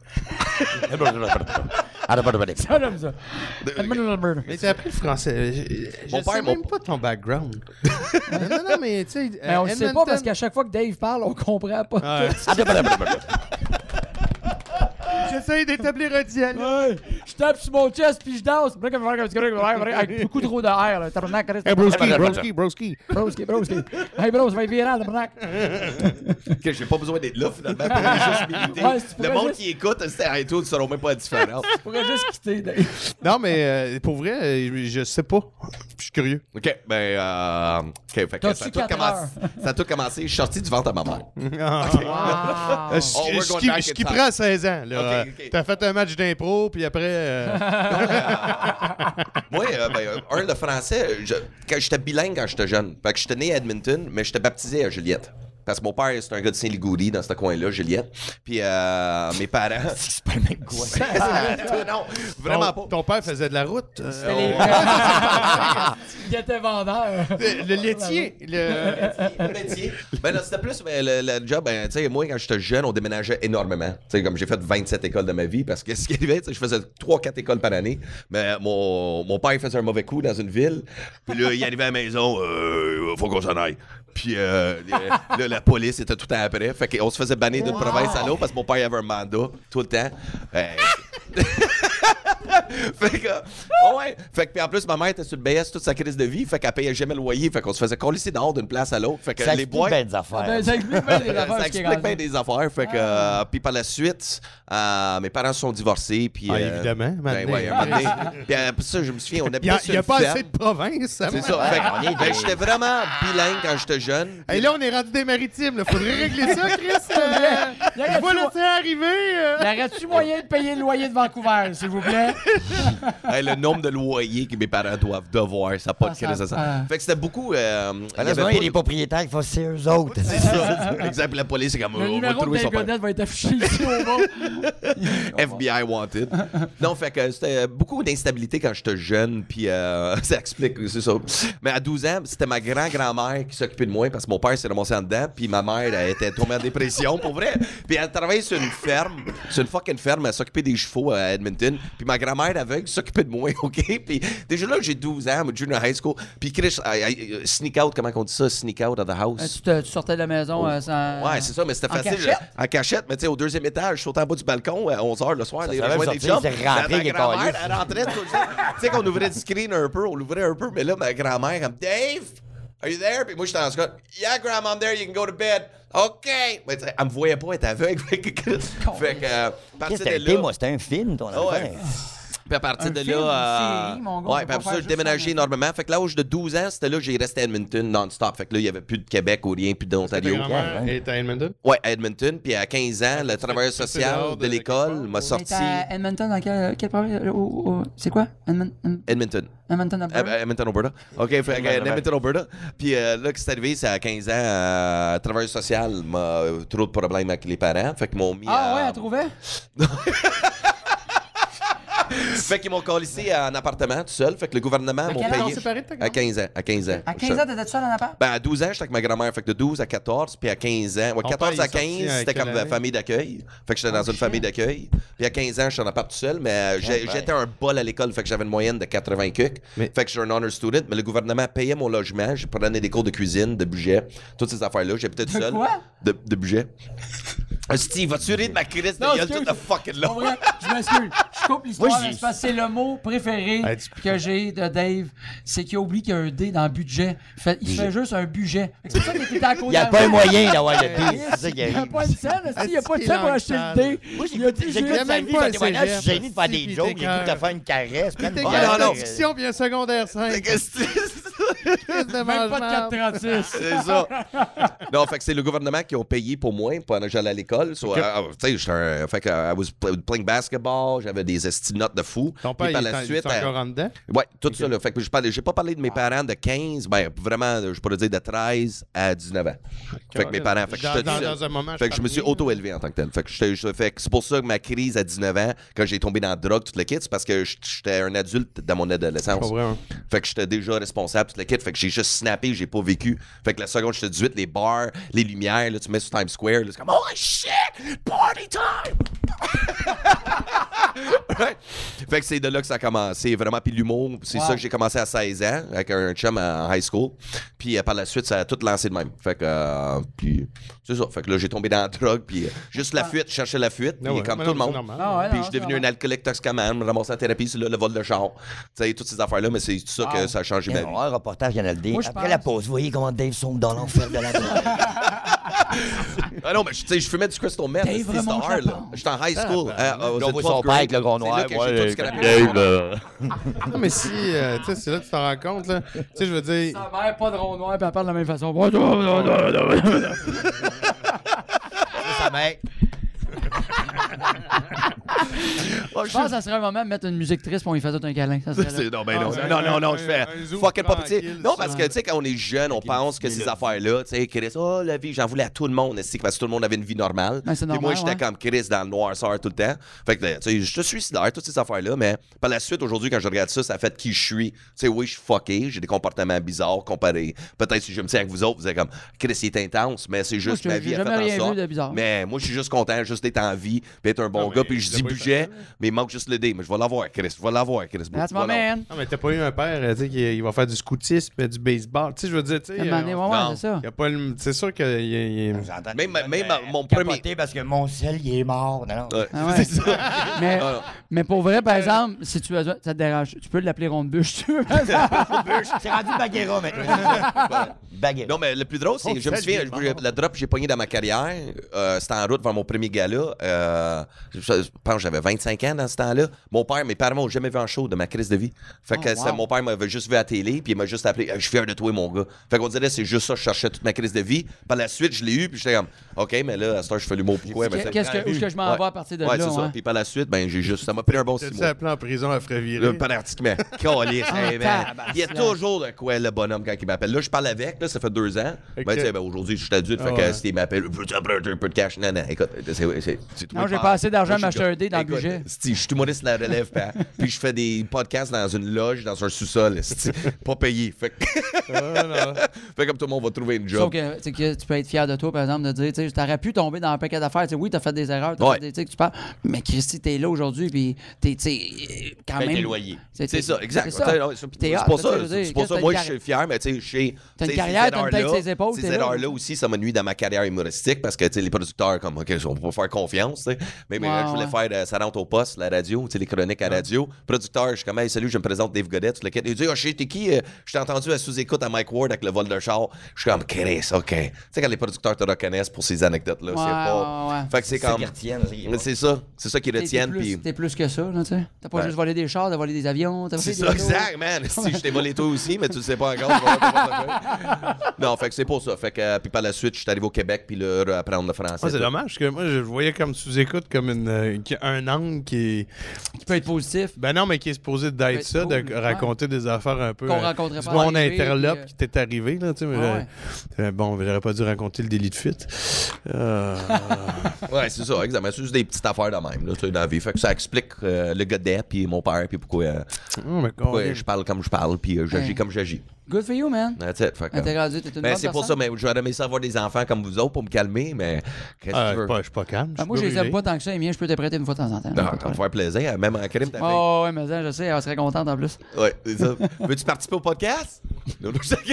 Ça, j'aime ça. Mais t'as appris le français. Je Mon père, sais mon- même pas ton background. non, mais tu sais. Mais on le sait pas parce qu'à chaque fois que Dave parle, on comprend pas. Ouais. J'essaye d'établir un dialogue. Ouais, je tape sur mon chest puis je danse. Avec beaucoup trop de air. Là. Tabarnak, reste- Hey, broski. Broski. Hey, bro, ça va être viral, tabarnak. Que j'ai pas besoin d'être là, finalement, pour aller juste militer. Ouais, si tu Le pourrais monde juste- qui écoute, c'était à tout, ils sauront même pas la différence. Je pourrais juste quitter, Dave. Non, mais pour vrai, je sais pas. Je suis curieux. OK, ben, OK, fait que T'as-tu ça a, tout 4 commencé, heures? ça a tout commencé, je suis sorti du ventre à ma mère. Wow. Oh, we're going back Je in kipperais time. à 16 ans. Là. Ok, ok. T'as fait un match d'impro, puis après. Moi, le français, quand j'étais bilingue quand j'étais jeune. Fait que j'étais né à Edmonton, mais j'étais baptisé à Juliette. Parce que mon père, c'est un gars de Saint-Ligouri, dans ce coin-là, Juliette. Puis mes parents... C'est pas le même quoi. non, vraiment ton, pas. ton père faisait de la route. C'était les Il était vendeur. Le laitier. Le métier. Ben non, c'était plus le job. Ben, tu sais, moi, quand j'étais jeune, on déménageait énormément. Tu sais, comme j'ai fait 27 écoles de ma vie, parce que ce qui arrivait, tu sais, je faisais 3-4 écoles par année. Mais mon père, il faisait un mauvais coup dans une ville. Puis là, il arrivait à la maison, faut qu'on s'en aille. Puis là, la police était tout le temps après. Fait qu'on se faisait bannir d'une province à l'autre parce que mon père il avait un mandat tout le temps. Fait que, ouais. Fait que, puis en plus, ma mère était sur le BS toute sa crise de vie. Fait qu'elle payait jamais le loyer. Fait qu'on se faisait coller dehors d'une place à l'autre. Fait que Ça les explique boys. bien des affaires. Ben, ça explique bien les affaires. Ça ce qui est explique bien rendu. des affaires. Fait que, puis par la suite, mes parents se sont divorcés. Puis, Ah, évidemment, Ben, maintenant. ouais, un moment donné. Puis pour ça, je me souviens, on Il habitait n'y a, sur une pas ferme. assez de province. Ça C'est va. ça. Fait que, on est ben, des- j'étais vraiment bilingue quand j'étais jeune. Et là, on est rendu des maritimes. Là. Faudrait régler ça, Chris. Y a- Je vois l'océan arriver. Y aurait-tu moyen de payer le loyer de Vancouver, s'il vous plaît? Hey, le nombre de loyers que mes parents doivent devoir, ça n'a pas de ça- crise à ça. ah. Fait que c'était beaucoup. Il y avait Honnêtement, pas il y a de- des propriétaires qui font c'est eux autres. C'est ça. Exemple, la police, c'est comme Le on va numéro de trouver son Dave père. Godet va être affiché ici au bas. FBI wanted. Non, fait que c'était beaucoup d'instabilité quand j'étais jeune, puis ça explique, c'est ça. Mais à 12 ans, c'était ma grand-grand-mère qui s'occupait de moi parce que mon père s'est ramassé en dedans, puis ma mère, elle était tombée en dépression, pour vrai. Puis elle travaillait sur une ferme, sur une fucking ferme, elle s'occupait des chevaux à Edmonton, puis ma grand-mère aveugle s'occupait de moi, OK? Puis déjà là, j'ai 12 ans, junior high school, puis Chris, sneak out, comment on dit ça? Sneak out of the house. Tu sortais de la maison sans. Ouais, c'est ça, mais c'était En facile. cachette? En cachette, mais tu sais, au deuxième étage, je sautais en bas du balcon à 11h le soir, Ça les savait rejoindre me des sortir, jobs. c'est rentré, Ma il est grand-mère, calé. elle rentrait tout le temps. Tu sais qu'on ouvrait du screen un peu, on l'ouvrait un peu, mais là, ma grand-mère, comme Dave, are you there? Puis moi, j'étais en Scott. Yeah, grandma, I'm there, you can go to bed. OK. Mais tu sais, elle me voyait pas être aveugle. Fait que, à partir Qu'est-ce que de c'était, là. moi? C'était un film, ton Ah ouais. affaire. Puis à partir Un de film, là. une série, mon gars, ouais, on puis peut après pas ça, faire je déménageais juste ça, énormément. Fait que l'âge de 12 ans, c'était là que j'ai resté à Edmonton non-stop. Fait que là, il n'y avait plus de Québec ou rien, plus Ta d'Ontario. grand-mère est à Edmonton. Ouais, à Edmonton. Puis à 15 ans, le travailleur c'est social dehors de de l'école quelque m'a part, sorti. à Edmonton, dans quelle province? C'est quoi? Edmonton. Edmonton, Alberta? Edmonton, Alberta. OK, fait que, Edmonton, Alberta. Puis là, que c'est arrivé, c'est à 15 ans, travailleur social m'a trop de problèmes avec les parents. Fait qu'ils m'ont mis Ah à... ouais, elle trouvait? Fait qu'ils m'ont collé ici en appartement tout seul. Fait que le gouvernement m'a quel âge payé. t'ont séparé de ta À 15 ans. À 15 ans. À 15 ans, t'étais seul en appart? Ben, à 12 ans, j'étais avec ma grand-mère. Fait que de 12 à 14, puis à 15 ans. Ouais, Ton 14 père, à il est sorti 15, à c'était quelle comme la année? famille d'accueil. Fait que j'étais dans une famille d'accueil. Puis à 15 ans, j'étais en appart tout seul, mais j'étais un bol à l'école. Fait que j'avais une moyenne de 80 cucs. Mais- Fait que j'étais un honor student, mais le gouvernement payait mon logement. Je prenais des cours de cuisine, de budget, toutes ces affaires-là. J'habitais tout De seul. quoi? De budget. Steve, vas-tu rire de ma crise de Non, gueule excuse. toute la fucking Pour long? vrai, je m'excuse. Je coupe l'histoire, Moi, mais j'ai- c'est parce que c'est le mot préféré Hey, tu- que j'ai de Dave. C'est qu'il oublie qu'il y a un D dans le budget. Il fait juste un budget. C'est pour ça qu'il était à côté. Il n'y a pas un moyen d'avoir le D. C'est ça qui Il n'y a arrive. pas de scène, il n'y a pas de Est-ce scène pour qu'il acheter en le D. Moi, Il a dit j'écoute juste- y a sa même vie, pas son un témoignage, je suis cégep, gêné de faire des puis jokes, t'es j'ai goût de te cœur. faire une caresse. T'es Ouais, gars non, en non. discussion puis un secondaire 5. Même pas de 4,36. C'est ça. Non, fait que c'est le gouvernement qui ont payé pour moi pendant que j'allais à l'école. So, tu sais, j'étais fait que I was playing basketball, j'avais des estinotes de fou. Ton père, Puis il par est la en- il suite, est encore en dedans? ouais, tout ça là. Fait que j'ai pas parlé de mes parents de 15, ben vraiment, je pourrais dire de 13 à 19 ans. Fait que mes parents, fait que j'étais tout seul. Dans un moment, Fait que je me suis auto-élevé en tant que tel. Fait que fait que c'est pour ça que ma crise à 19 ans, quand j'ai tombé dans la drogue, tout le kit, c'est parce que j'étais un adulte dans mon adolescence. Pas vrai, hein. Fait que j'étais déjà responsable, tout le kit. Fait que j'ai juste snappé, j'ai pas vécu. Fait que la seconde, j'étais 18, les bars, les lumières, là, tu mets sur Times Square, là, c'est comme, holy shit, party time! Ouais. Fait que c'est de là que ça a commencé, vraiment. Puis l'humour, c'est Wow. ça que j'ai commencé à 16 ans, avec un chum en high school. Puis par la suite, ça a tout lancé de même. Fait que, puis c'est ça. Fait que là, j'ai tombé dans la drogue, puis juste la fuite, je cherchais la fuite, puis Ah ouais, comme mais tout le non, monde. c'est normal. Ah ouais, Puis non, je suis devenu c'est un normal. alcoolique toxicomane, me ramasser en thérapie, c'est là, le vol de char. Tu sais, toutes ces affaires-là, mais c'est tout ça que ça a changé ma vie. Un reportage Canal D. Moi, je Après pense- la pause, vous voyez comment Dave sombre dans l'enfer de la drogue. Ah non, mais tu sais, je fumais du crystal meth, Dave c'était Raymond hard, là. Chapin. J'étais en high school. On voit son père avec le gros noir. C'est là que j'ai tout scrappé. Dave, là. Non, mais si, tu sais, c'est là que tu t'en rends compte, là. Tu sais, je veux dire. Sa mère, pas de rond noir, puis elle parle de la même façon. Sa mère. Je pense que ça serait un moment de mettre une musique triste pour lui faire tout un câlin. Ça serait là. Non, ben non, Ah, non, je fais un zoom fucking pas petit. tranquille, Non, ça. parce que, tu sais, quand on est jeune, on pense que ces affaires-là, tu sais, Chris, oh, la vie, j'en voulais à tout le monde, parce que tout le monde avait une vie normale. Ben, c'est Puis moi, normal, j'étais ouais. comme Chris dans le noirceur tout le temps. Fait que, tu sais, je suis suicidaire, toutes ces affaires-là, mais par la suite, aujourd'hui, quand je regarde ça, ça fait qui je suis. Tu sais, oui, je suis fucké, j'ai des comportements bizarres comparés. Peut-être si je me tiens avec vous autres, vous êtes comme, Chris, il est intense, mais c'est juste Moi, ma vie j'ai a fait jamais en rien sorte. vu de bizarre. Mais moi, je suis juste content juste d'être en vie, puis être un bon Non, gars, mais puis je il dis a pas eu budget, facile. mais il manque juste le dé. Mais je vais l'avoir, Chris. Je vais l'avoir, Chris. That's Je vais my l'avoir. man. Non, mais t'as pas eu un père, tu sais, qui va faire du scoutisme, du baseball. Tu sais, je veux dire, tu sais. À un moment donné, ouais, non. c'est ça. y a pas le- C'est sûr qu'il y a. J'entends Même des mon capoter premier- parce que mon sel, il est mort. Non, non. Ouais. Ah ouais. C'est ça. Mais, Ah, non. mais pour vrai, par exemple, si tu as, ça te dérange, tu peux l'appeler ronde bûche, si tu veux. par exemple. C'est rendu Baguera maintenant. Baguera. Non, mais le plus drôle, c'est que je me souviens, le drop que j'ai pogné dans ma carrière, c'était en route vers mon premier gala. Je pense que j'avais 25 ans dans ce temps-là. Mes parents m'ont jamais vu en show de ma crise de vie. Fait que Oh, wow. mon père m'avait juste vu à la télé, puis il m'a juste appelé. Je suis fier de toi, mon gars. Fait qu'on dirait, c'est juste ça, je cherchais toute ma crise de vie. Par la suite, je l'ai eu, puis j'étais comme, OK, mais là, à ce temps, je fais l'humour. Pourquoi? Ben, Qu'est-ce que, où est-ce que je m'en Ouais. vais à partir de Ouais, là? c'est ça. ouais? Puis par la suite, ben, j'ai juste. Ça m'a pris un bon 6 T'as-tu mois. appelé en prison, elle ferait virer? Pratiquement. Calisse, hey, man. tabarnak. Il y a toujours de quoi le bonhomme quand il m'appelle. Là, je parle avec, là, ça fait 2 ans. Ok. Ben, tu sais, ben, aujourd'hui, je suis adulte, Ah fait ouais. que s'il m'appelle, peux-tu emprunter un peu de cash? Non, non, écoute, c'est tout Non, le j'ai temps. pas assez d'argent Moi, à m'acheter un dé dans le écoute, budget. Je suis humoriste de la relève, puis je fais des podcasts dans une loge, dans un sous-sol, pas payé. Fait que, Ah, non. fait comme tout le monde va trouver une Sauf job. que, tu sais, que tu peux être fier de toi, par exemple, de dire, tu sais, t'aurais pu tomber dans un paquet d'affaires. Tu sais, oui, t'as fait des erreurs, t'as Ouais. fait des, tu sais, que tu parles. Mais Christy, t'es là aujourd'hui, puis t'es, tu sais, quand Paye même. tes loyers. C'est ça, exact. C'est ça. C'est Puis t'es pour hot, ça, tu sais, je veux dire, c'est pour ça, qu'est-ce moi, que je suis fier, mais tu sais, je sais. T'as une tu sais, carrière, ces t'as une tête erreurs-là- sur les épaules, Ces t'es là. erreurs-là aussi, ça m'a nuit dans ma carrière humoristique parce que, tu sais, les producteurs, comme, OK, on peut pas faire confiance, tu sais. Mais Ouais, je voulais ouais. faire Ça rentre au poste, la radio, tu sais, les chroniques à radio. Producteur, je suis comme, hey, salut, je me présente Dave Godet, tu le quittes. Il dit, oh, je sais, t'es qui? Je t'ai entendu à sous-écoute à Mike Ward avec le vol de char. Je suis comme, Chris, OK. Tu sais, quand les producteurs te reconnaissent pour ces anecdotes-là, c'est pas. Ouais. Fait que c'est comme. qu'ils retiennent. C'est ça. C'est ça qu'ils T'es retiennent. plus, Puis. t'es plus que ça, là, tu sais. T'as pas Ouais. juste volé des chars, t'as volé des avions, t'as C'est volé ça, des autos. exact, man. Si je t'ai volé toi aussi, mais tu le sais pas encore. tu vas avoir ton portefeuille. Non, fait que c'est pour ça. Fait que, puis par la suite, je suis arrivé au Québec, puis là, apprendre le français. Ah, c'est dommage que moi, je voyais comme sous-écoute comme un angle qui peut être positif. Ben non, mais qui est supposé peut d'être être ça, cool, de raconter des affaires un peu... Qu'on rencontrait du pas monde arrivé, interlope puis, qui t'est arrivé, là, tu sais. Mais bon, j'aurais pas dû raconter le délit de fuite. Ouais, c'est ça, exactement. C'est juste des petites affaires de même, là, tu sais, dans la vie. Fait que ça explique le gars de puis mon père, puis pourquoi je parle comme je parle, puis j'agis comme j'agis. Good for you, man. That's it. Fait que, T'es rendu, t'es une bonne c'est pour ça, mais j'aurais aimé ça avoir des enfants comme vous autres pour me calmer, mais qu'est-ce que tu veux? Je suis pas calme. Moi, je les aime pas tant que ça, les miens, je peux te prêter une fois de temps en temps. Non, ça va me faire plaisir. Même en Karim, t'as fait. Oh, ouais, mais ça, je sais, elle serait contente en plus. Ouais, c'est ça. Veux-tu participer au podcast? Non, non, je sais.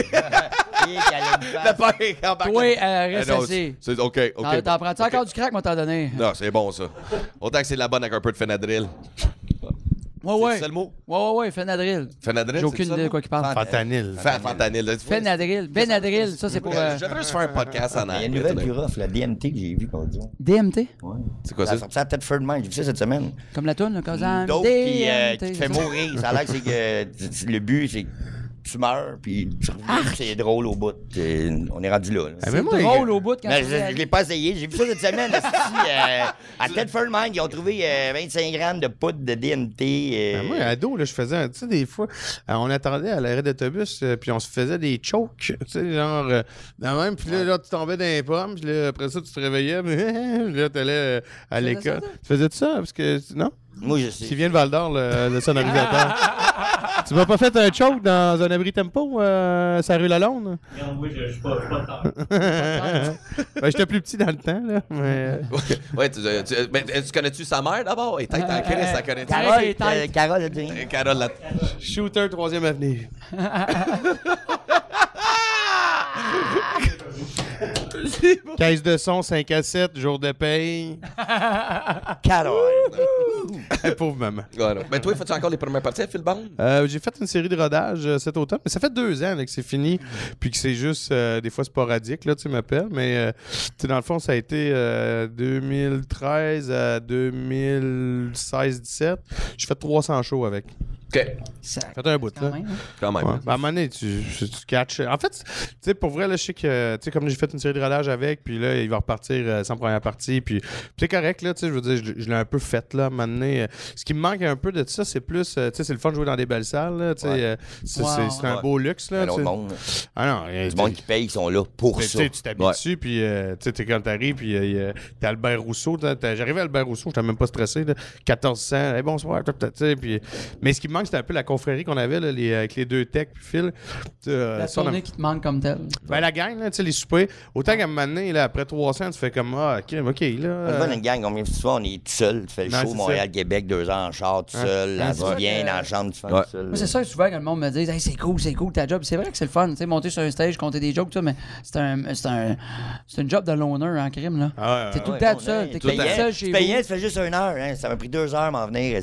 Toi, reste assis. C'est OK. T'en prends-tu encore du crack, moi, t'en donné? Non, c'est bon, ça. Autant que c'est de la bonne avec un peu de Fenadryl. Ouais. C'est ça le mot? Ouais, Fenadryl. Fenadryl, J'ai aucune idée de quoi il parle. Fentanyl. Fentanyl. Fenadryl. Benadryl, ça, c'est pour. Je devrais juste faire un podcast en Il y a anglais. une nouvelle plus rough, la DMT que j'ai vue qu'on dit. DMT? Ouais. C'est quoi Ça ça? a sorti à Tedford Mine, j'ai vu ça cette semaine. Comme la toune, là, cause Une dope qui te fait mourir. Ça a l'air que c'est que le but, c'est que tu meurs, puis tu reviens, c'est drôle au bout. On est rendu là. C'est mais moi, drôle au bout quand Mais tu je l'ai pas essayé. J'ai vu ça cette semaine. À Tedford Mine, ils ont trouvé 25 grammes de poudre de DMT. Moi, ado, là, je faisais, tu sais, des fois, on attendait à l'arrêt d'autobus, puis on se faisait des chokes, tu sais, genre, même, puis là, tu tombais dans les pommes, puis là, après ça, tu te réveillais, puis là, t'allais à l'école. Tu faisais de ça? Parce que, non? Moi, je sais. Qui vient de Val-d'Or, le sonorisateur. Tu m'as pas fait un choke dans un abri tempo, ça rue Lalonde? Non, moi, je suis pas tard. J'étais plus petit dans le temps, là, mais... Ouais, tu connais-tu sa mère d'abord? Et peut-être en Chris, ça connaît-tu? Carole, elle dit. Carole, la... Shooter, 3e avenue. Caisse de son, 5 à 7, jour de paye. Carole. Pauvre maman. Ouais, non. Mais toi, fais-tu encore les premières parties à Phil Bond? J'ai fait une série de rodages cet automne, mais ça fait 2 ans là, que c'est fini, puis que c'est juste des fois sporadique, là, tu m'appelles, mais tu sais, dans le fond, ça a été 2013 à 2016-17. J'ai fait 300 shows avec. OK. Ça Fait un bout, là. quand même, hein. Quand même. Ouais. Ben, à un moment donné, tu catches. En fait, tu sais, pour vrai, là, je sais que, tu sais, comme j'ai fait une série de rodages avec, puis là, il va repartir sans première partie, puis c'est correct, là, tu sais, je veux dire, je l'ai un peu fait, là, à un moment donné. Ce qui me manque un peu de ça, c'est plus, tu sais, c'est le fun de jouer dans des belles salles, là, tu sais, c'est un beau luxe, là. Un autre tu sais. monde. Ah non, Du monde qui paye, ils sont là pour tu ça. sais, tu t'habitues, puis tu sais, t'es quand t'arrives, puis t'es Albert Rousseau. J'arrivais à Albert Rousseau, j'étais même pas stressé, là. 1400, hey, bonsoir, tu sais, puis... Mais ce qui me manque, c'était un peu la confrérie qu'on avait, là, avec les deux techs, puis Phil. La tournée qui te manque comme telle. Ben, la gang, là, tu sais, les soupers. Autant qu'à un moment donné, là, après 300, tu fais comme, OK, là. On va une gang, combien de fois on est tout seul, tu fais le Non, show c'est Montréal-Québec, 2 ans en char, tout seul, là, tu viens dans la chambre, tu fais tout seul. Moi, c'est ça, souvent, quand le monde me dit, hey, c'est cool ta job. C'est vrai que c'est le fun, tu sais, monter sur un stage, compter des jokes, tout ça, mais c'est un job de loner en crime, là. Ah, T'es tout le temps tout seul. T'es tout seul chez Tu vous. payais, tu fais juste 1 heure, hein. Ça m'a pris 2 heures m'en venir.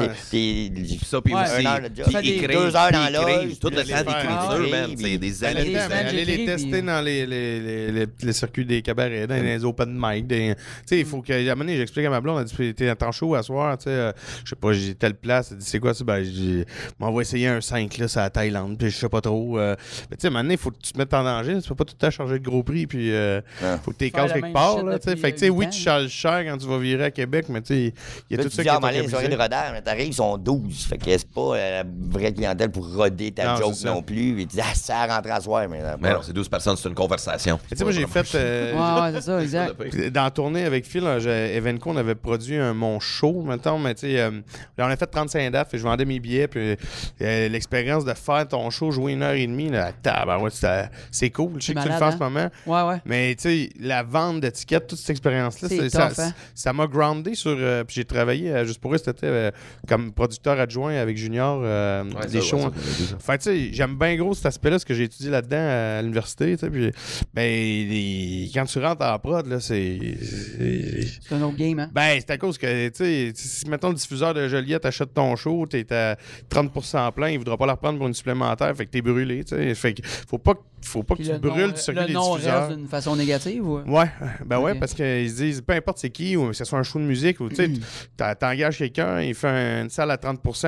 Ça, puis Ouais. aussi, 1 heure de job. puis Ça fait écrire, 2 heures dans puis écrire, l'âge, tout le puis temps les d'écriture, faire. man. C'est des Allez, années. allez les j'écris, tester puis- dans les circuits des cabarets, dans les open mic. Tu sais, il faut qu'à un moment donné, j'explique à ma blonde, elle dit, t'es en show à soir, tu sais, je sais pas, j'ai telle place, elle dit, c'est quoi ça? Ben, on va essayer un 5, là, c'est à Thaïlande, puis je sais pas trop. Mais tu sais, à un moment donné, il faut que tu te mettes en danger, tu peux pas tout le temps charger de gros prix, puis faut que tu Faire casses la quelque même part, shit là, tu sais. depuis Fait que, tu sais, 8 oui, ans. tu charges cher quand tu vas virer à Québec, mais tu sais, il y a Là, tout tu ça dis, qui ah, est mais les soirées de organisé. rodage, mais t'arrives, ils sont 12. Fait que c'est pas la vraie clientèle pour roder ta Non, joke c'est ça. non plus. Et tu dis, ah, ça a rentré à soir, mais Mais non, c'est 12 personnes, c'est une conversation. Tu sais, moi, j'ai fait... Ouais, c'est ça, exact. Dans la tournée avec Phil, Evenco, on avait produit mon show, maintenant, mais tu sais, on a fait 35 dates, puis je vendais mes billets, puis l'expérience de faire ton show, jouer 1h30, là, c'est cool. Je sais que tu le malade, fais en hein? ce moment. Ouais. Mais tu sais, la vente d'étiquettes, toute cette expérience-là, C'est ça tough, hein? ça m'a groundé sur. Puis j'ai travaillé juste pour eux, c'était comme producteur adjoint avec Junior des shows. Fait tu sais, j'aime bien gros cet aspect-là, ce que j'ai étudié là-dedans à l'université. Tu sais, puis ben, quand tu rentres en prod, là, c'est. C'est un autre game, hein? Ben, c'est à cause que, tu sais, si mettons le diffuseur de Joliette achète ton show, t'es à 30% plein, il voudra pas la reprendre pour une supplémentaire, fait que t'es brûlé, tu sais. Fait que faut pas que Puis tu brûles du circuit le des nom diffuseurs. reste d'une façon négative ou? Ouais, ben ouais, Ok. parce qu'ils se disent, peu importe c'est qui, ou que ce soit un show de musique, ou tu sais, t'engages quelqu'un, il fait une salle à 30%, tu sais,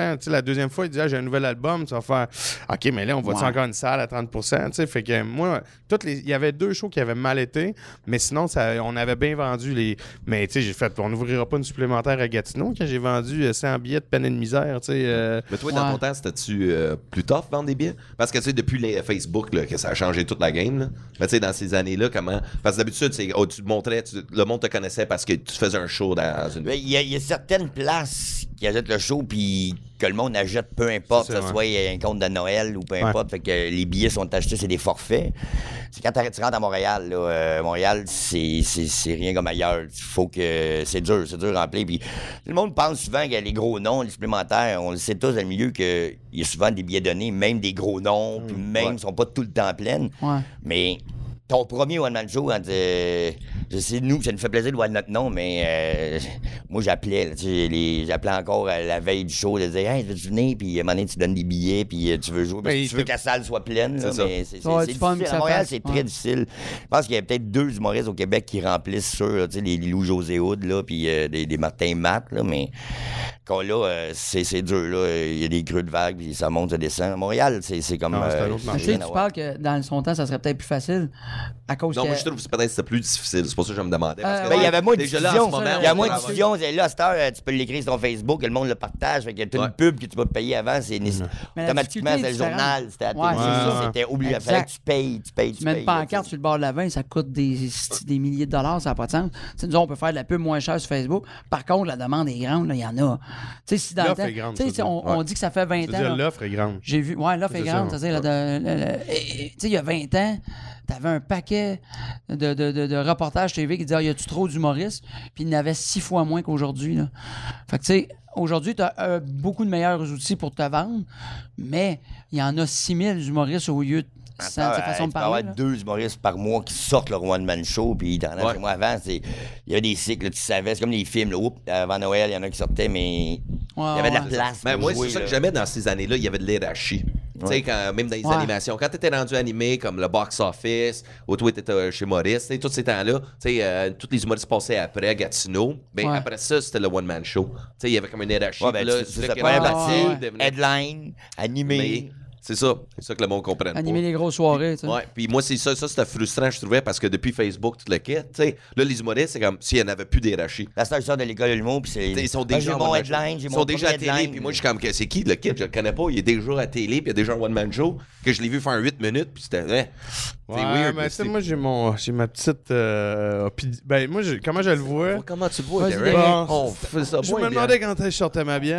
deuxième fois, il dit j'ai un nouvel album, tu vas faire OK, mais là, on va-tu encore une salle à 30%? Tu sais, fait que moi, il y avait 2 shows qui avaient mal été, mais sinon, on avait bien vendu les. Mais tu sais, j'ai fait, on n'ouvrira pas une supplémentaire à Gatineau quand j'ai vendu 100 billets de peine et de misère, tu sais. Mais toi, dans ton temps, c'était-tu plus tough vendre des billets? Parce que tu sais, depuis les Facebook, là, que ça a changé toute la game, là. Mais tu sais, dans ces années-là, comment. Parce que d'habitude, tu montrais, le monde te connaissait parce que tu faisais un show dans une. Il y a certaines places qui achètent le show puis que le monde achète peu importe, que ce soit un compte de Noël ou peu importe. Fait que les billets sont achetés, c'est des forfaits. C'est quand tu rentres à Montréal, là, Montréal, c'est rien comme ailleurs. Faut que c'est dur à remplir. Puis le monde pense souvent qu'il y a les gros noms, les supplémentaires. On le sait tous dans le milieu qu'il y a souvent des billets donnés, même des gros noms, puis même ils sont pas tout le temps pleins. Ouais. Mais ton premier one-man show, quand je sais, nous, ça nous fait plaisir de voir notre nom, mais moi, j'appelais. J'appelais encore à la veille du show, de dire « Hey, veux-tu venir? » Puis à un moment donné, tu donnes des billets, puis tu veux jouer. Parce que tu veux que la salle soit pleine. Là, mais c'est difficile. À Montréal, c'est très difficile. Je pense qu'il y a peut-être 2 humoristes au Québec qui remplissent ça, là, les Louis-José Hood, là, puis des Martin Matt, là, mais quand là, c'est dur. Là. Il y a des creux de vagues, puis ça monte, ça descend. À Montréal, c'est comme... c'est un autre marché. Tu parles que dans son temps, ça serait peut-être plus facile à cause Non, moi, je trouve que peut-être que c'était plus difficile. C'est pour ça que je me demandais. Parce que, il y avait moins de déjà diffusion. là, en ce moment, Il y a moins de diffusion. Là, à cette heure, tu peux l'écrire sur ton Facebook, le monde le partage. Fait que tu as une pub que tu vas payer avant. C'est automatiquement, c'est le journal. C'était à la télévision. C'était obligé. Il fallait que tu payes. Tu mets une pancarte sur le bord de la veine, ça coûte des milliers de dollars, ça n'a pas de sens. T'sais, nous, on peut faire de la pub moins chère sur Facebook. Par contre, la demande est grande, il y en a. Tu sais, si dans le temps, on dit que ça fait 20 ans. L'offre est grande. J'ai vu, l'offre est grande. C'est-à-dire, il y a 20 ans, t'avais un paquet de reportages TV qui disaient y a-tu trop d'humoristes? Puis il y en avait 6 fois moins qu'aujourd'hui. Là. Fait que tu sais, aujourd'hui, tu as beaucoup de meilleurs outils pour te vendre, mais il y en a 6000 humoristes au lieu de 100 façon de parler. Tu peux avoir 2 humoristes par mois qui sortent leur one-man show, puis t'en as chez moi avant, il y a des cycles, là, tu savais, c'est comme les films, là, avant Noël, il y en a qui sortaient, mais il y avait de la place. Mais moi, c'est ça là. que j'aimais dans ces années-là, il y avait de l'hierarchie. Tu sais, même dans les animations, quand tu étais rendu animé comme le Box Office, ou toi, tu étais chez Maurice, tous ces temps-là, tous les humoristes passaient après à Gatineau. Ben, après ça, c'était le one-man show. Il y avait comme une hiérarchie. C'est ça, première partie, headline, animé. C'est ça que le monde comprenne. Animer les grosses soirées, tu sais. Ouais, puis moi, c'est ça, c'était frustrant, je trouvais, parce que depuis Facebook, tout le kit, tu sais, là, les humoristes, c'est comme s'il n'y en avait plus d'hierarchie. La star sort de l'école de l'humour, puis c'est. Ils sont déjà j'ai mon headline, j'ai mon Ils sont déjà à headline, télé, puis moi, je suis comme, c'est qui le kid? Je le connais pas, il est déjà à télé, puis il y a déjà un one-man show, que je l'ai vu faire 8 minutes, puis c'était. C'est weird. Mais moi, j'ai ma petite. Ben, moi, comment je le vois? Comment tu vois, Derek? Derek? On fait ça. Je me demandais quand je sortais ma bière.